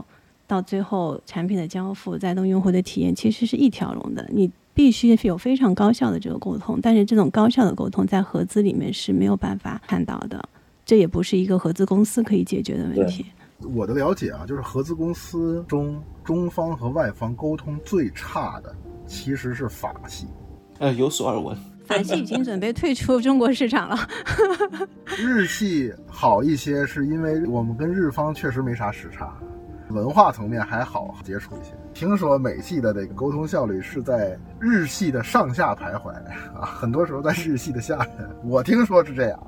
到最后产品的交付再到用户的体验，其实是一条龙的，你必须是有非常高效的这个沟通，但是这种高效的沟通在合资里面是没有办法看到的，这也不是一个合资公司可以解决的问题。 我的了解啊，就是合资公司中中方和外方沟通最差的其实是法系。 呃，有所耳闻。 法系已经准备退出中国市场了。 日系好一些，是因为我们跟日方确实没啥时差，文化层面还好接触一些。听说美系的这个沟通效率是在日系的上下徘徊啊，很多时候在日系的下面，我听说是这样。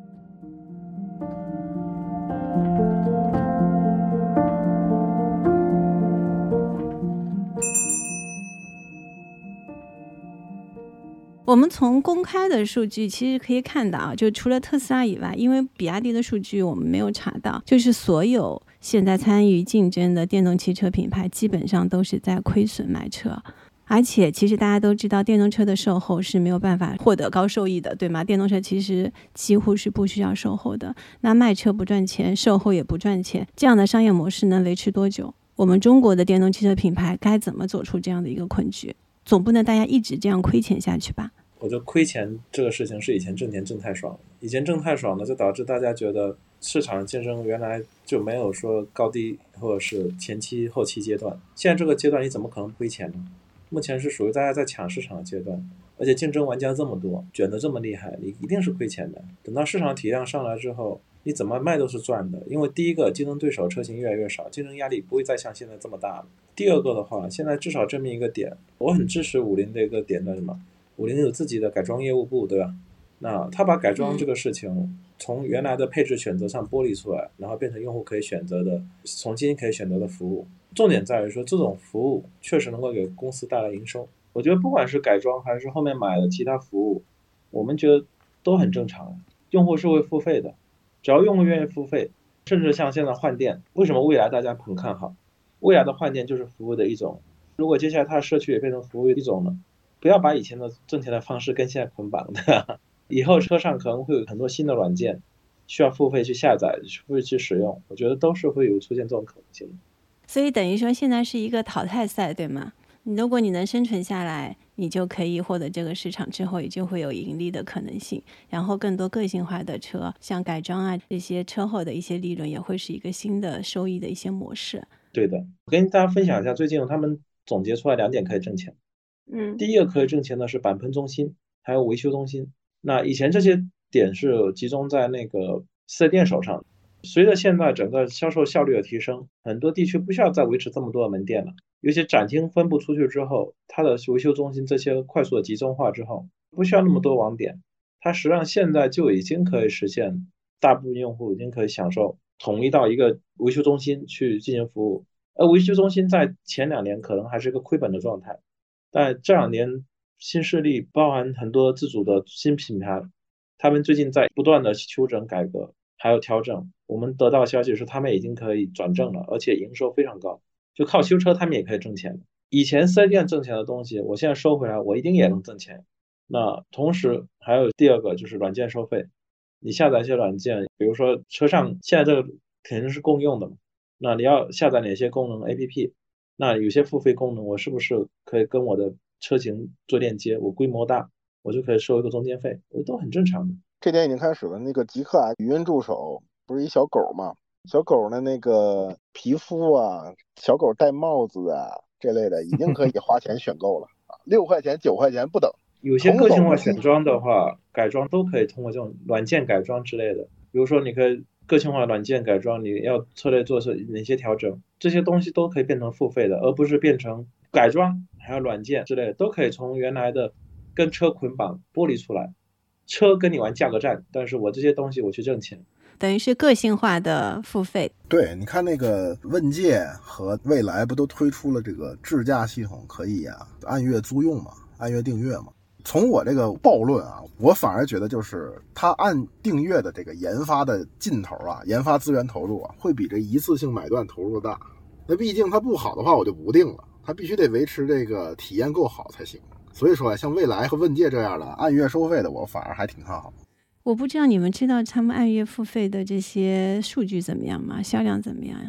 我们从公开的数据其实可以看到，就除了特斯拉以外，因为比亚迪的数据我们没有查到，就是所有现在参与竞争的电动汽车品牌基本上都是在亏损卖车。而且其实大家都知道，电动车的售后是没有办法获得高收益的，对吗？电动车其实几乎是不需要售后的，那卖车不赚钱，售后也不赚钱，这样的商业模式能维持多久？我们中国的电动汽车品牌该怎么走出这样的一个困局？总不能大家一直这样亏钱下去吧？ 我觉得亏钱这个事情是以前挣钱挣太爽了，以前挣太爽了，就导致大家觉得市场竞争原来就没有说高低或者是前期后期阶段，现在这个阶段你怎么可能亏钱呢？目前是属于大家在抢市场的阶段，而且竞争玩家这么多，卷得这么厉害，你一定是亏钱的。等到市场体量上来之后，你怎么卖都是赚的，因为第一个竞争对手车型越来越少，竞争压力不会再像现在这么大了。第二个的话，现在至少证明一个点，我很支持五菱的一个点的什么，五菱有自己的改装业务部，对吧？那他把改装这个事情从原来的配置选择上剥离出来，然后变成用户可以选择的，从今可以选择的服务。重点在于说，这种服务确实能够给公司带来营收。我觉得不管是改装还是后面买的其他服务，我们觉得都很正常，用户是会付费的，只要用户愿意付费，甚至像现在换电，为什么未来大家很看好？未来的换电就是服务的一种，如果接下来它的社区也变成服务一种呢，不要把以前的挣钱的方式跟现在捆绑的。以后车上可能会有很多新的软件需要付费去下载，付费去使用，我觉得都是会有出现这种可能性。 所以等于说现在是一个淘汰赛，对吗？如果你能生存下来，你就可以获得这个市场，之后也就会有盈利的可能性，然后更多个性化的车，像改装啊这些车后的一些利润也会是一个新的收益的一些模式。 对的，我跟大家分享一下，最近他们总结出来两点可以挣钱。 嗯， 第一个可以挣钱的是板喷中心还有维修中心，那以前这些点是集中在那个四 S 店手上，随着现在整个销售效率的提升，很多地区不需要再维持这么多的门店了，尤其展厅分布出去之后，它的维修中心这些快速的集中化之后，不需要那么多网点，它实际上现在就已经可以实现大部分用户已经可以享受统一到一个维修中心去进行服务。而维修中心在前两年可能还是个亏本的状态，但这两年新势力包含很多自主的新品牌，他们最近在不断的修整改革还有调整，我们得到的消息是他们已经可以转正了，而且营收非常高，就靠修车他们也可以挣钱。以前四 S 店挣钱的东西我现在收回来，我一定也能挣钱。那同时还有第二个就是软件收费，你下载一些软件，比如说车上现在这个肯定是共用的嘛，那你要下载哪些功能 A P P， 那有些付费功能我是不是可以跟我的车型做链接，我规模大我就可以收一个中间费，我觉得都很正常的。 这点已经开始了，那个极客啊语音助手不是一小狗吗？小狗的那个皮肤啊，小狗戴帽子啊这类的已经可以花钱选购了啊，六块钱九块钱不等。 有些个性化选装的话，改装都可以通过这种软件改装之类的，比如说你可以个性化软件改装，你要策略做是哪些调整，这些东西都可以变成付费的，而不是变成改装还有软件之类的，都可以从原来的跟车捆绑剥离出来，车跟你玩价格战，但是我这些东西我去挣钱， 等于是个性化的付费。 对，你看那个问界和蔚来不都推出了这个智驾系统，可以啊按月租用嘛，按月订阅嘛。从我这个暴论啊，我反而觉得就是它按订阅的这个研发的劲头啊，研发资源投入啊，会比这一次性买断投入大。那毕竟它不好的话我就不定了，它必须得维持这个体验够好才行。所以说啊，像蔚来和问界这样的按月收费的，我反而还挺看好。 我不知道你们知道他们按月付费的这些数据怎么样吗？销量怎么样呀？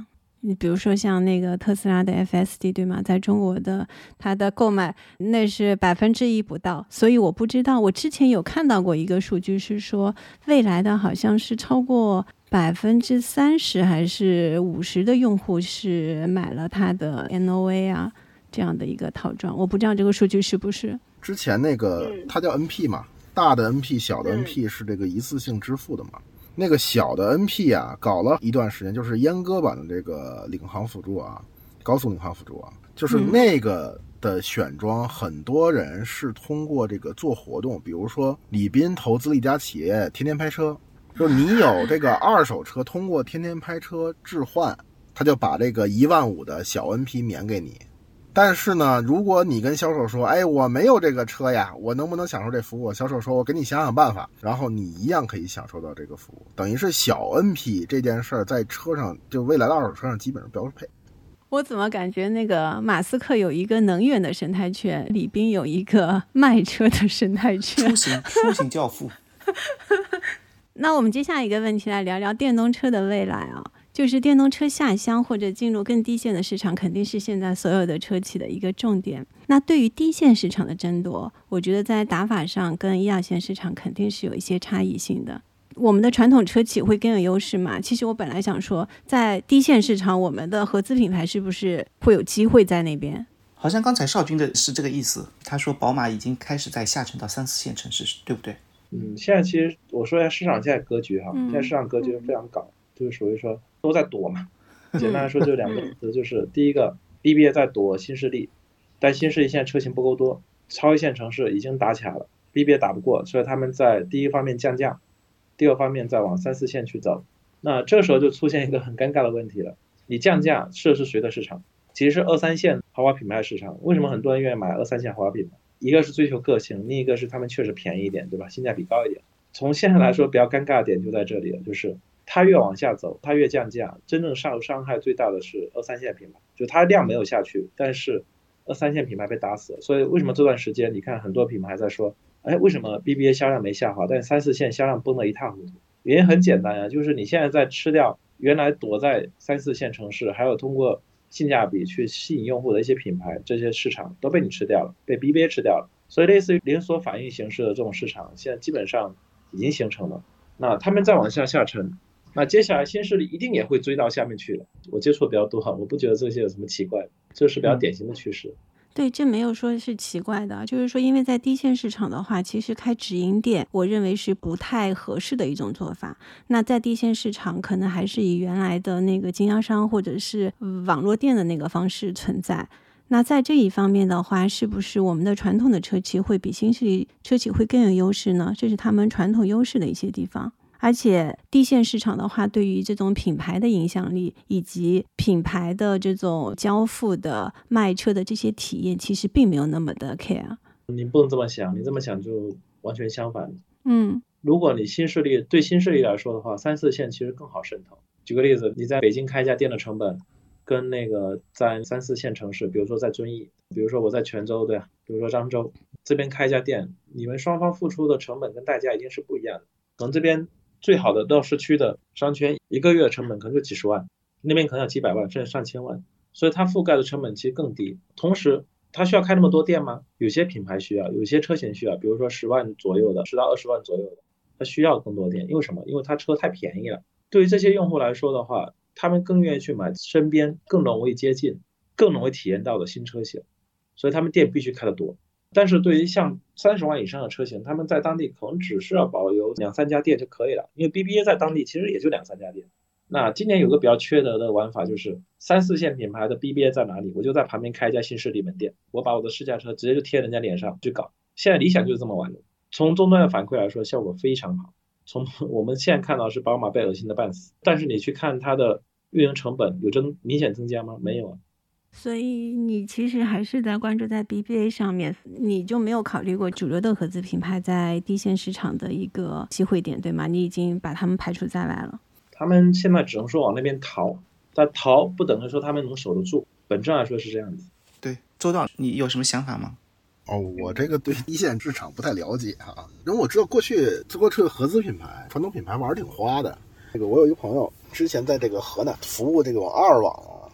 你比如说像那个特斯拉的 F S D 对吗，在中国的它的购买那是百分之一不到，所以我不知道，我之前有看到过一个数据是说未来的好像是超过百分之三十还是五十的用户是买了它的 N O A 啊这样的一个套装，我不知道这个数据是不是之前那个它叫 N P 嘛，大的 N P 小的 N P 是这个一次性支付的嘛，那个小的 N P 啊搞了一段时间，就是阉割版的这个领航辅助啊，高速领航辅助啊，就是那个的选装很多人是通过这个做活动，比如说李斌投资了一家企业天天拍车，就是你有这个二手车通过天天拍车置换，他就把这个一万五的小 N P 免给你。但是呢，如果你跟销售说，哎，我没有这个车呀，我能不能享受这服务？销售说，我给你想想办法，然后你一样可以享受到这个服务。等于是小 N P 这件事儿在车上，就未来的二手车上基本上标配。 我怎么感觉那个马斯克有一个能源的生态圈，李斌有一个卖车的生态圈， 出行出行教父。 那我们接下来一个问题来聊聊电动车的未来啊。就是电动车下乡或者进入更低线的市场，肯定是现在所有的车企的一个重点。那对于低线市场的争夺，我觉得在打法上跟一二线市场肯定是有一些差异性的。我们的传统车企会更有优势嘛？其实我本来想说，在低线市场，我们的合资品牌是不是会有机会在那边？ 好像刚才少军的是这个意思，他说宝马已经开始在下沉到三四线城市，对不对？ 嗯，现在其实我说一下市场现在格局哈， 嗯、 现在市场格局非常高，就是属于说都在躲嘛。简单来说就两个词，就是第一个 B B A 在躲新势力，但新势力现在车型不够多，超一线城市已经打起来了， B B A 打不过，所以他们在第一方面降价，第二方面再往三四线去走。那这时候就出现一个很尴尬的问题了，你降价是是谁的市场？其实是二三线豪华品牌市场。为什么很多人愿意买二三线豪华品牌？一个是追求个性，另一个是他们确实便宜一点，对吧？性价比高一点。从现在来说比较尴尬的点就在这里了，就是它越往下走，它越降价，真正受伤害最大的是二三线品牌，就它量没有下去，但是二三线品牌被打死了。所以为什么这段时间你看很多品牌在说，哎，为什么 B B A 销量没下滑，但是三四线销量崩得一塌糊涂？原因很简单啊，就是你现在在吃掉原来躲在三四线城市，还有通过性价比去吸引用户的一些品牌，这些市场都被你吃掉了，被 B B A 吃掉了。所以类似于连锁反应形式的这种市场现在基本上已经形成了，那他们再往下下沉，那接下来新势力一定也会追到下面去了。我接触的比较多，我不觉得这些有什么奇怪，这是比较典型的趋势。嗯， 对，这没有说是奇怪的，就是说因为在低线市场的话，其实开直营店我认为是不太合适的一种做法。那在低线市场可能还是以原来的那个经销商或者是网络店的那个方式存在。那在这一方面的话，是不是我们的传统的车企会比新势力车企会更有优势呢？这是他们传统优势的一些地方。而且低线市场的话，对于这种品牌的影响力以及品牌的这种交付的卖车的这些体验，其实并没有那么的 care。 你不能这么想，你这么想就完全相反。 嗯， 如果你新势力对新势力来说的话，三四线其实更好渗透。举个例子，你在北京开一家店的成本跟那个在三四线城市，比如说在遵义，比如说我在泉州，对吧？比如说漳州这边开一家店，你们双方付出的成本跟代价一定是不一样的。可能这边最好的到市区的商圈，一个月成本可能就几十万，那边可能要几百万甚至上千万，所以它覆盖的成本其实更低。同时它需要开那么多店吗？有些品牌需要，有些车型需要，比如说十万左右的，十到二十万左右的，它需要更多店。因为什么？因为它车太便宜了。对于这些用户来说的话，他们更愿意去买身边更容易接近更容易体验到的新车型，所以他们店必须开得多。但是对于像三十万以上的车型，他们在当地可能只需要保留两三家店就可以了，因为 B B A 在当地其实也就两三家店。那今年有个比较缺德的玩法，就是三四线品牌的 B B A 在哪里，我就在旁边开一家新势力门店，我把我的试驾车直接就贴人家脸上去搞。现在理想就是这么玩的，从终端的反馈来说效果非常好。从我们现在看到是宝马被恶心的半死，但是你去看它的运营成本有增明显增加吗？没有啊。 所以你其实还是在关注在 B B A 上面，你就没有考虑过主流的合资品牌在低线市场的一个机会点，对吗？你已经把他们排除在外了。 他们现在只能说往那边逃，但逃不等于说他们能守得住，本质来说是这样子。 对，周道你有什么想法吗？ 哦，我这个对一线市场不太了解啊，因为我知道过去中国车合资品牌、传统品牌玩挺花的。这个我有一个朋友之前在这个河南服务这种二网啊，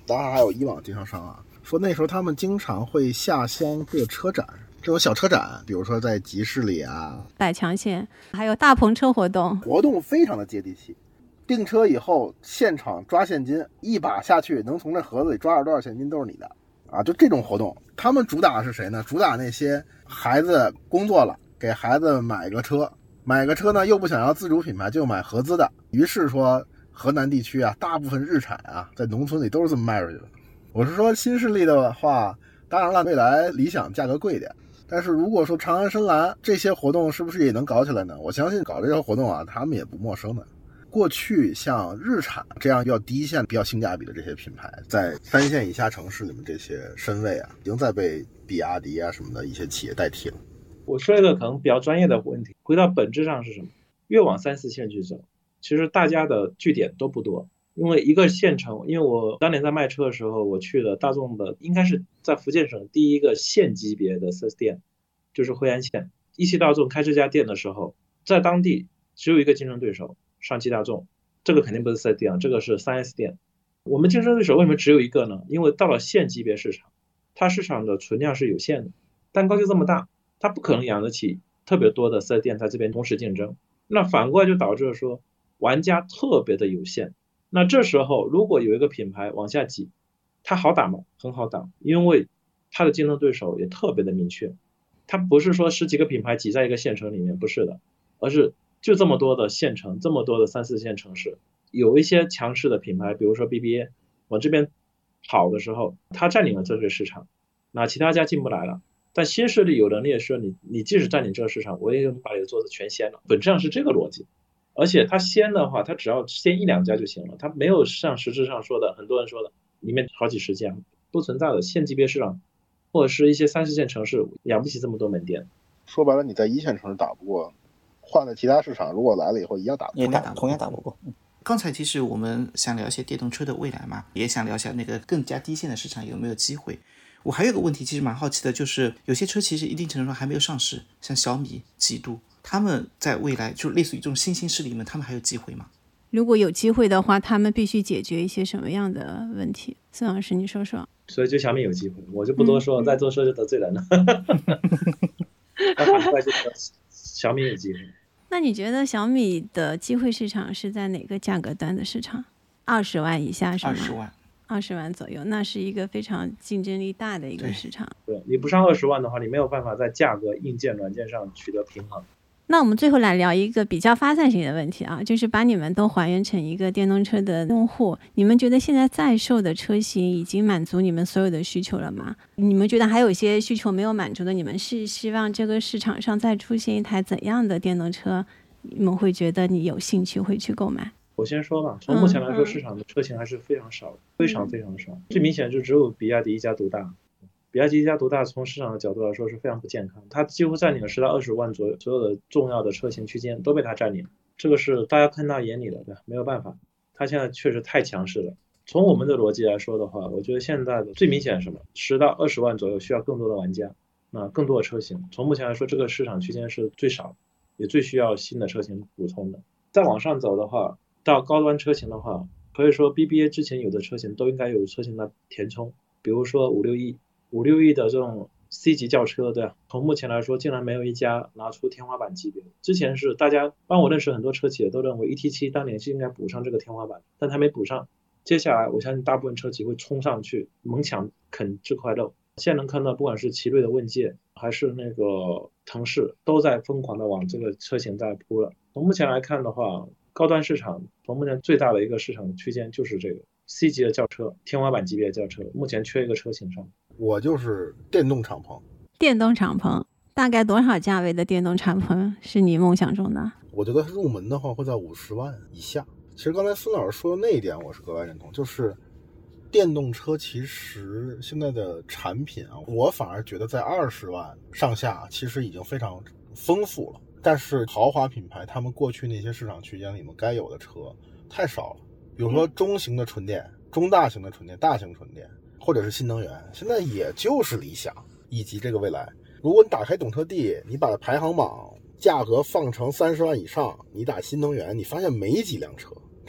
当然还有以往经销商啊，说那时候他们经常会下乡做车展，这种小车展，比如说在集市里啊， 百强县，还有大篷车活动， 活动非常的接地气。订车以后现场抓现金，一把下去能从这盒子里抓着多少现金都是你的啊！就这种活动，他们主打的是谁呢？主打那些孩子工作了，给孩子买个车，买个车呢又不想要自主品牌，就买合资的。于是说河南地区啊，大部分日产啊，在农村里都是这么卖出去的。我是说新势力的话，当然了，未来理想价格贵一点，但是如果说长安深蓝这些活动是不是也能搞起来呢？我相信搞这些活动啊，他们也不陌生的。过去像日产这样比较低线、比较性价比的这些品牌，在三线以下城市里面这些身位啊，已经在被比亚迪啊什么的一些企业代替了。 我说一个可能比较专业的问题，回到本质上是什么？越往三四线去走，其实大家的据点都不多，因为一个县城，因为我当年在卖车的时候，我去了大众的，应该是在福建省第一个县级别的 四 S 店，就是惠安县。一汽大众开这家店的时候，在当地只有一个竞争对手。上汽大众，这个肯定不是 四 S 店，这个是 三 S 店。我们竞争对手为什么只有一个呢？因为到了县级别市场，它市场的存量是有限的，蛋糕就这么大，它不可能养得起特别多的 四 S 店在这边同时竞争。那反过来就导致说玩家特别的有限。那这时候如果有一个品牌往下挤，它好打吗？很好打，因为它的竞争对手也特别的明确。它不是说十几个品牌挤在一个县城里面，不是的，而是就这么多的县城，这么多的三四线城市，有一些强势的品牌，比如说 B B A 往这边跑的时候，它占领了这个市场，那其他家进不来了。但新势力有能力说你你即使占领这个市场，我也能把你的桌子全掀了，本质上是这个逻辑。而且它掀的话，它只要掀一两家就行了，它没有像实质上说的很多人说的里面好几十家不存在的。县级别市场或者是一些三四线城市养不起这么多门店。 说白了，你在一线城市打不过，换在其他市场，如果来了以后一样打不过， 也打同样打不过。刚才其实我们想聊一些电动车的未来嘛，也想聊一下那个更加低线的市场有没有机会。我还有个问题其实蛮好奇的，就是有些车其实一定程度上还没有上市，像小米、极度，他们在未来就类似于这种新兴势力们，他们还有机会吗？ 如果有机会的话，他们必须解决一些什么样的问题？孙老师你说说。 所以就小米有机会，我就不多说了，嗯、再多说就得罪人了。那反过来就小米有机会。 那你觉得小米的机会市场是在哪个价格段的市场？二十万以下是吗？ 二十万， 二十万左右，那是一个非常竞争力大的一个市场。 对，对你不上二十万的话，你没有办法在价格、硬件、软件上取得平衡。 那我们最后来聊一个比较发散型的问题啊，就是把你们都还原成一个电动车的用户，你们觉得现在在售的车型已经满足你们所有的需求了吗？你们觉得还有一些需求没有满足的，你们是希望这个市场上再出现一台怎样的电动车，你们会觉得你有兴趣会去购买？ 我先说吧，从目前来说，市场的车型还是非常少，非常非常少。最明显就只有比亚迪一家独大。比亚迪一家独大，从市场的角度来说是非常不健康，它几乎占领了十到二十万左右，所有的重要的车型区间都被它占领，这个是大家看到眼里的，对，没有办法，它现在确实太强势了。从我们的逻辑来说的话，我觉得现在的最明显是什么？十到二十万左右需要更多的玩家，那更多的车型。从目前来说，这个市场区间是最少，也最需要新的车型补充的。再往上走的话，到高端车型的话，可以说 B B A 之前有的车型都应该有车型来填充，比如说五六亿。五六亿的这种 C 级轿车，对，从目前来说竟然没有一家拿出天花板级别。之前是大家帮我认识很多车企也都认为 E T 七 当年是应该补上这个天花板，但它没补上。接下来我相信大部分车企会冲上去猛抢啃这块肉。现在能看到不管是奇瑞的问界还是那个腾势都在疯狂的往这个车型在铺了。从目前来看的话，高端市场从目前最大的一个市场区间就是这个 C 级的轿车，天花板级别的轿车，目前缺一个车型上。 我就是电动敞篷。 电动敞篷大概多少价位的电动敞篷是你梦想中的？ 我觉得入门的话会在五十万以下。其实刚才孙老师说的那一点我是格外认同，就是电动车其实现在的产品啊，我反而觉得在二十万上下其实已经非常丰富了。但是豪华品牌他们过去那些市场区间里面该有的车太少了，比如说中型的纯电、中大型的纯电、大型纯电，或者是新能源，现在也就是理想以及这个未来。如果你打开懂车帝，你把排行榜价格放成三十万以上，你打新能源，你发现没几辆车，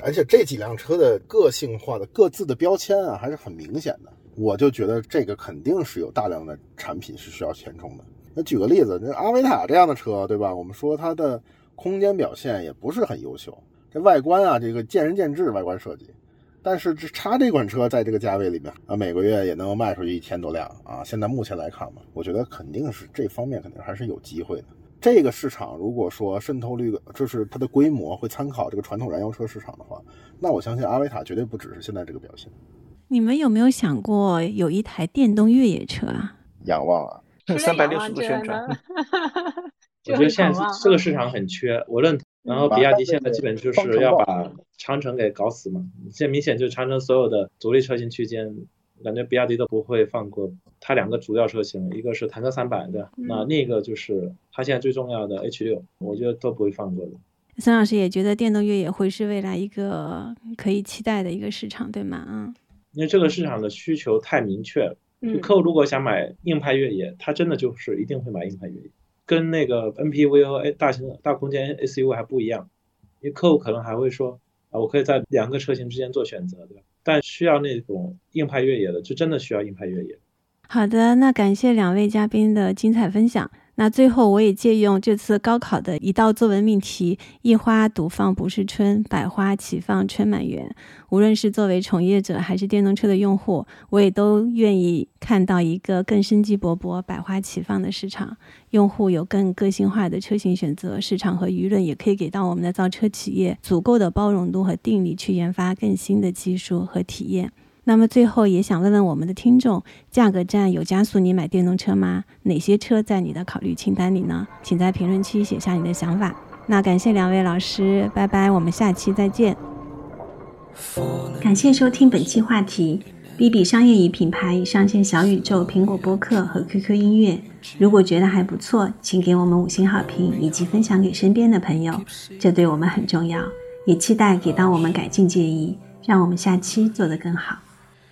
而且这几辆车的个性化的各自的标签啊还是很明显的，我就觉得这个肯定是有大量的产品是需要填充的。那举个例子，这阿维塔这样的车，对吧？我们说它的空间表现也不是很优秀，这外观啊，这个见仁见智，外观设计。但是这它这款车在这个价位里面啊，每个月也能卖出去一千多辆啊。现在目前来看嘛，我觉得肯定是这方面肯定还是有机会的。这个市场如果说渗透率就是它的规模会参考这个传统燃油车市场的话，那我相信阿维塔绝对不只是现在这个表现。 你们有没有想过有一台电动越野车啊？ 仰望啊， 三百六十度旋转。 我觉得现在这个市场很缺，我认同。然后比亚迪现在基本就是要把长城给搞死嘛，现在明显就是长城所有的独立车型区间，感觉比亚迪都不会放过它两个主要车型，一个是坦克三百的，嗯、那另一个就是它现在最重要的 H 六，我觉得都不会放过的。 孙老师也觉得电动越野会是未来一个可以期待的一个市场，对吗？嗯， 因为这个市场的需求太明确了，就客户如果想买硬派越野，他真的就是一定会买硬派越野。跟那个 N P V O 大型大空间 S U V 还不一样，因为客户可能还会说啊，我可以在两个车型之间做选择，对吧？但需要那种硬派越野的，就真的需要硬派越野。 好的，那感谢两位嘉宾的精彩分享。那最后我也借用这次高考的一道作文命题，一花独放不是春，百花齐放春满园。无论是作为从业者还是电动车的用户，我也都愿意看到一个更生机勃勃百花齐放的市场，用户有更个性化的车型选择，市场和舆论也可以给到我们的造车企业足够的包容度和定力去研发更新的技术和体验。那么最后也想问问我们的听众，价格战有加速你买电动车吗？哪些车在你的考虑清单里呢？请在评论区写下你的想法。那感谢两位老师，拜拜，我们下期再见。感谢收听本期话题。B B 商业仪品牌上线小宇宙、苹果播客和 Q Q 音乐。如果觉得还不错，请给我们五星好评以及分享给身边的朋友，这对我们很重要。也期待给到我们改进建议，让我们下期做得更好。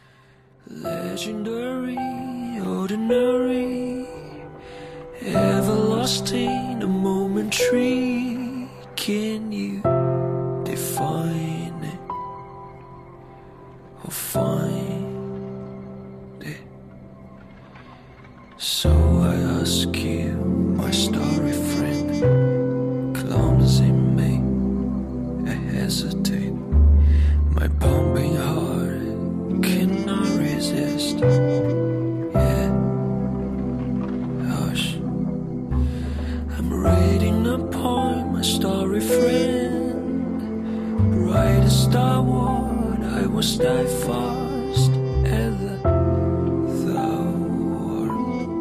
Legendary, ordinary, everlasting, a momentary. Can you define it or find it? So I ask you, my starry friend, clumsy me, I hesitate, my pumping heart cannot resist. Yeah, hush, I'm reading a poem, my starry friend. Brightest starward, I was die fast as the thou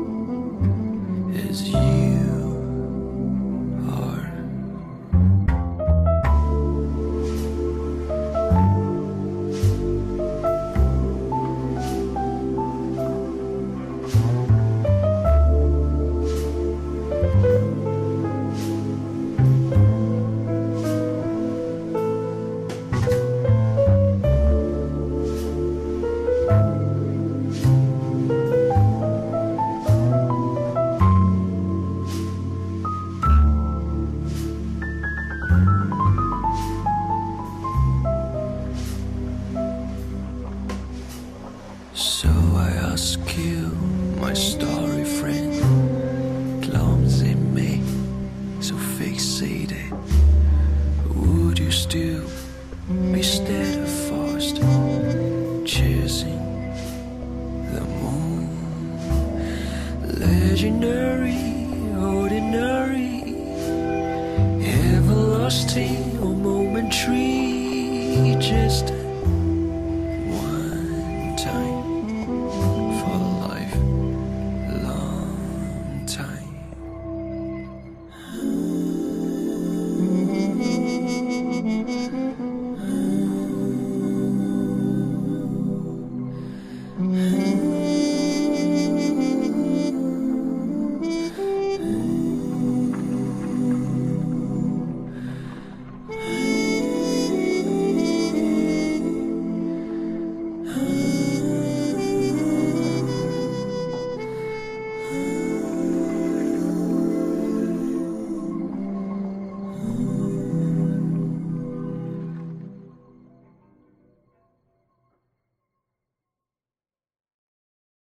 as you are. So I ask you, my starry friend, clumsy me, so fixated, would you still be steadfast, chasing the moon? Legendary, ordinary, everlasting, almost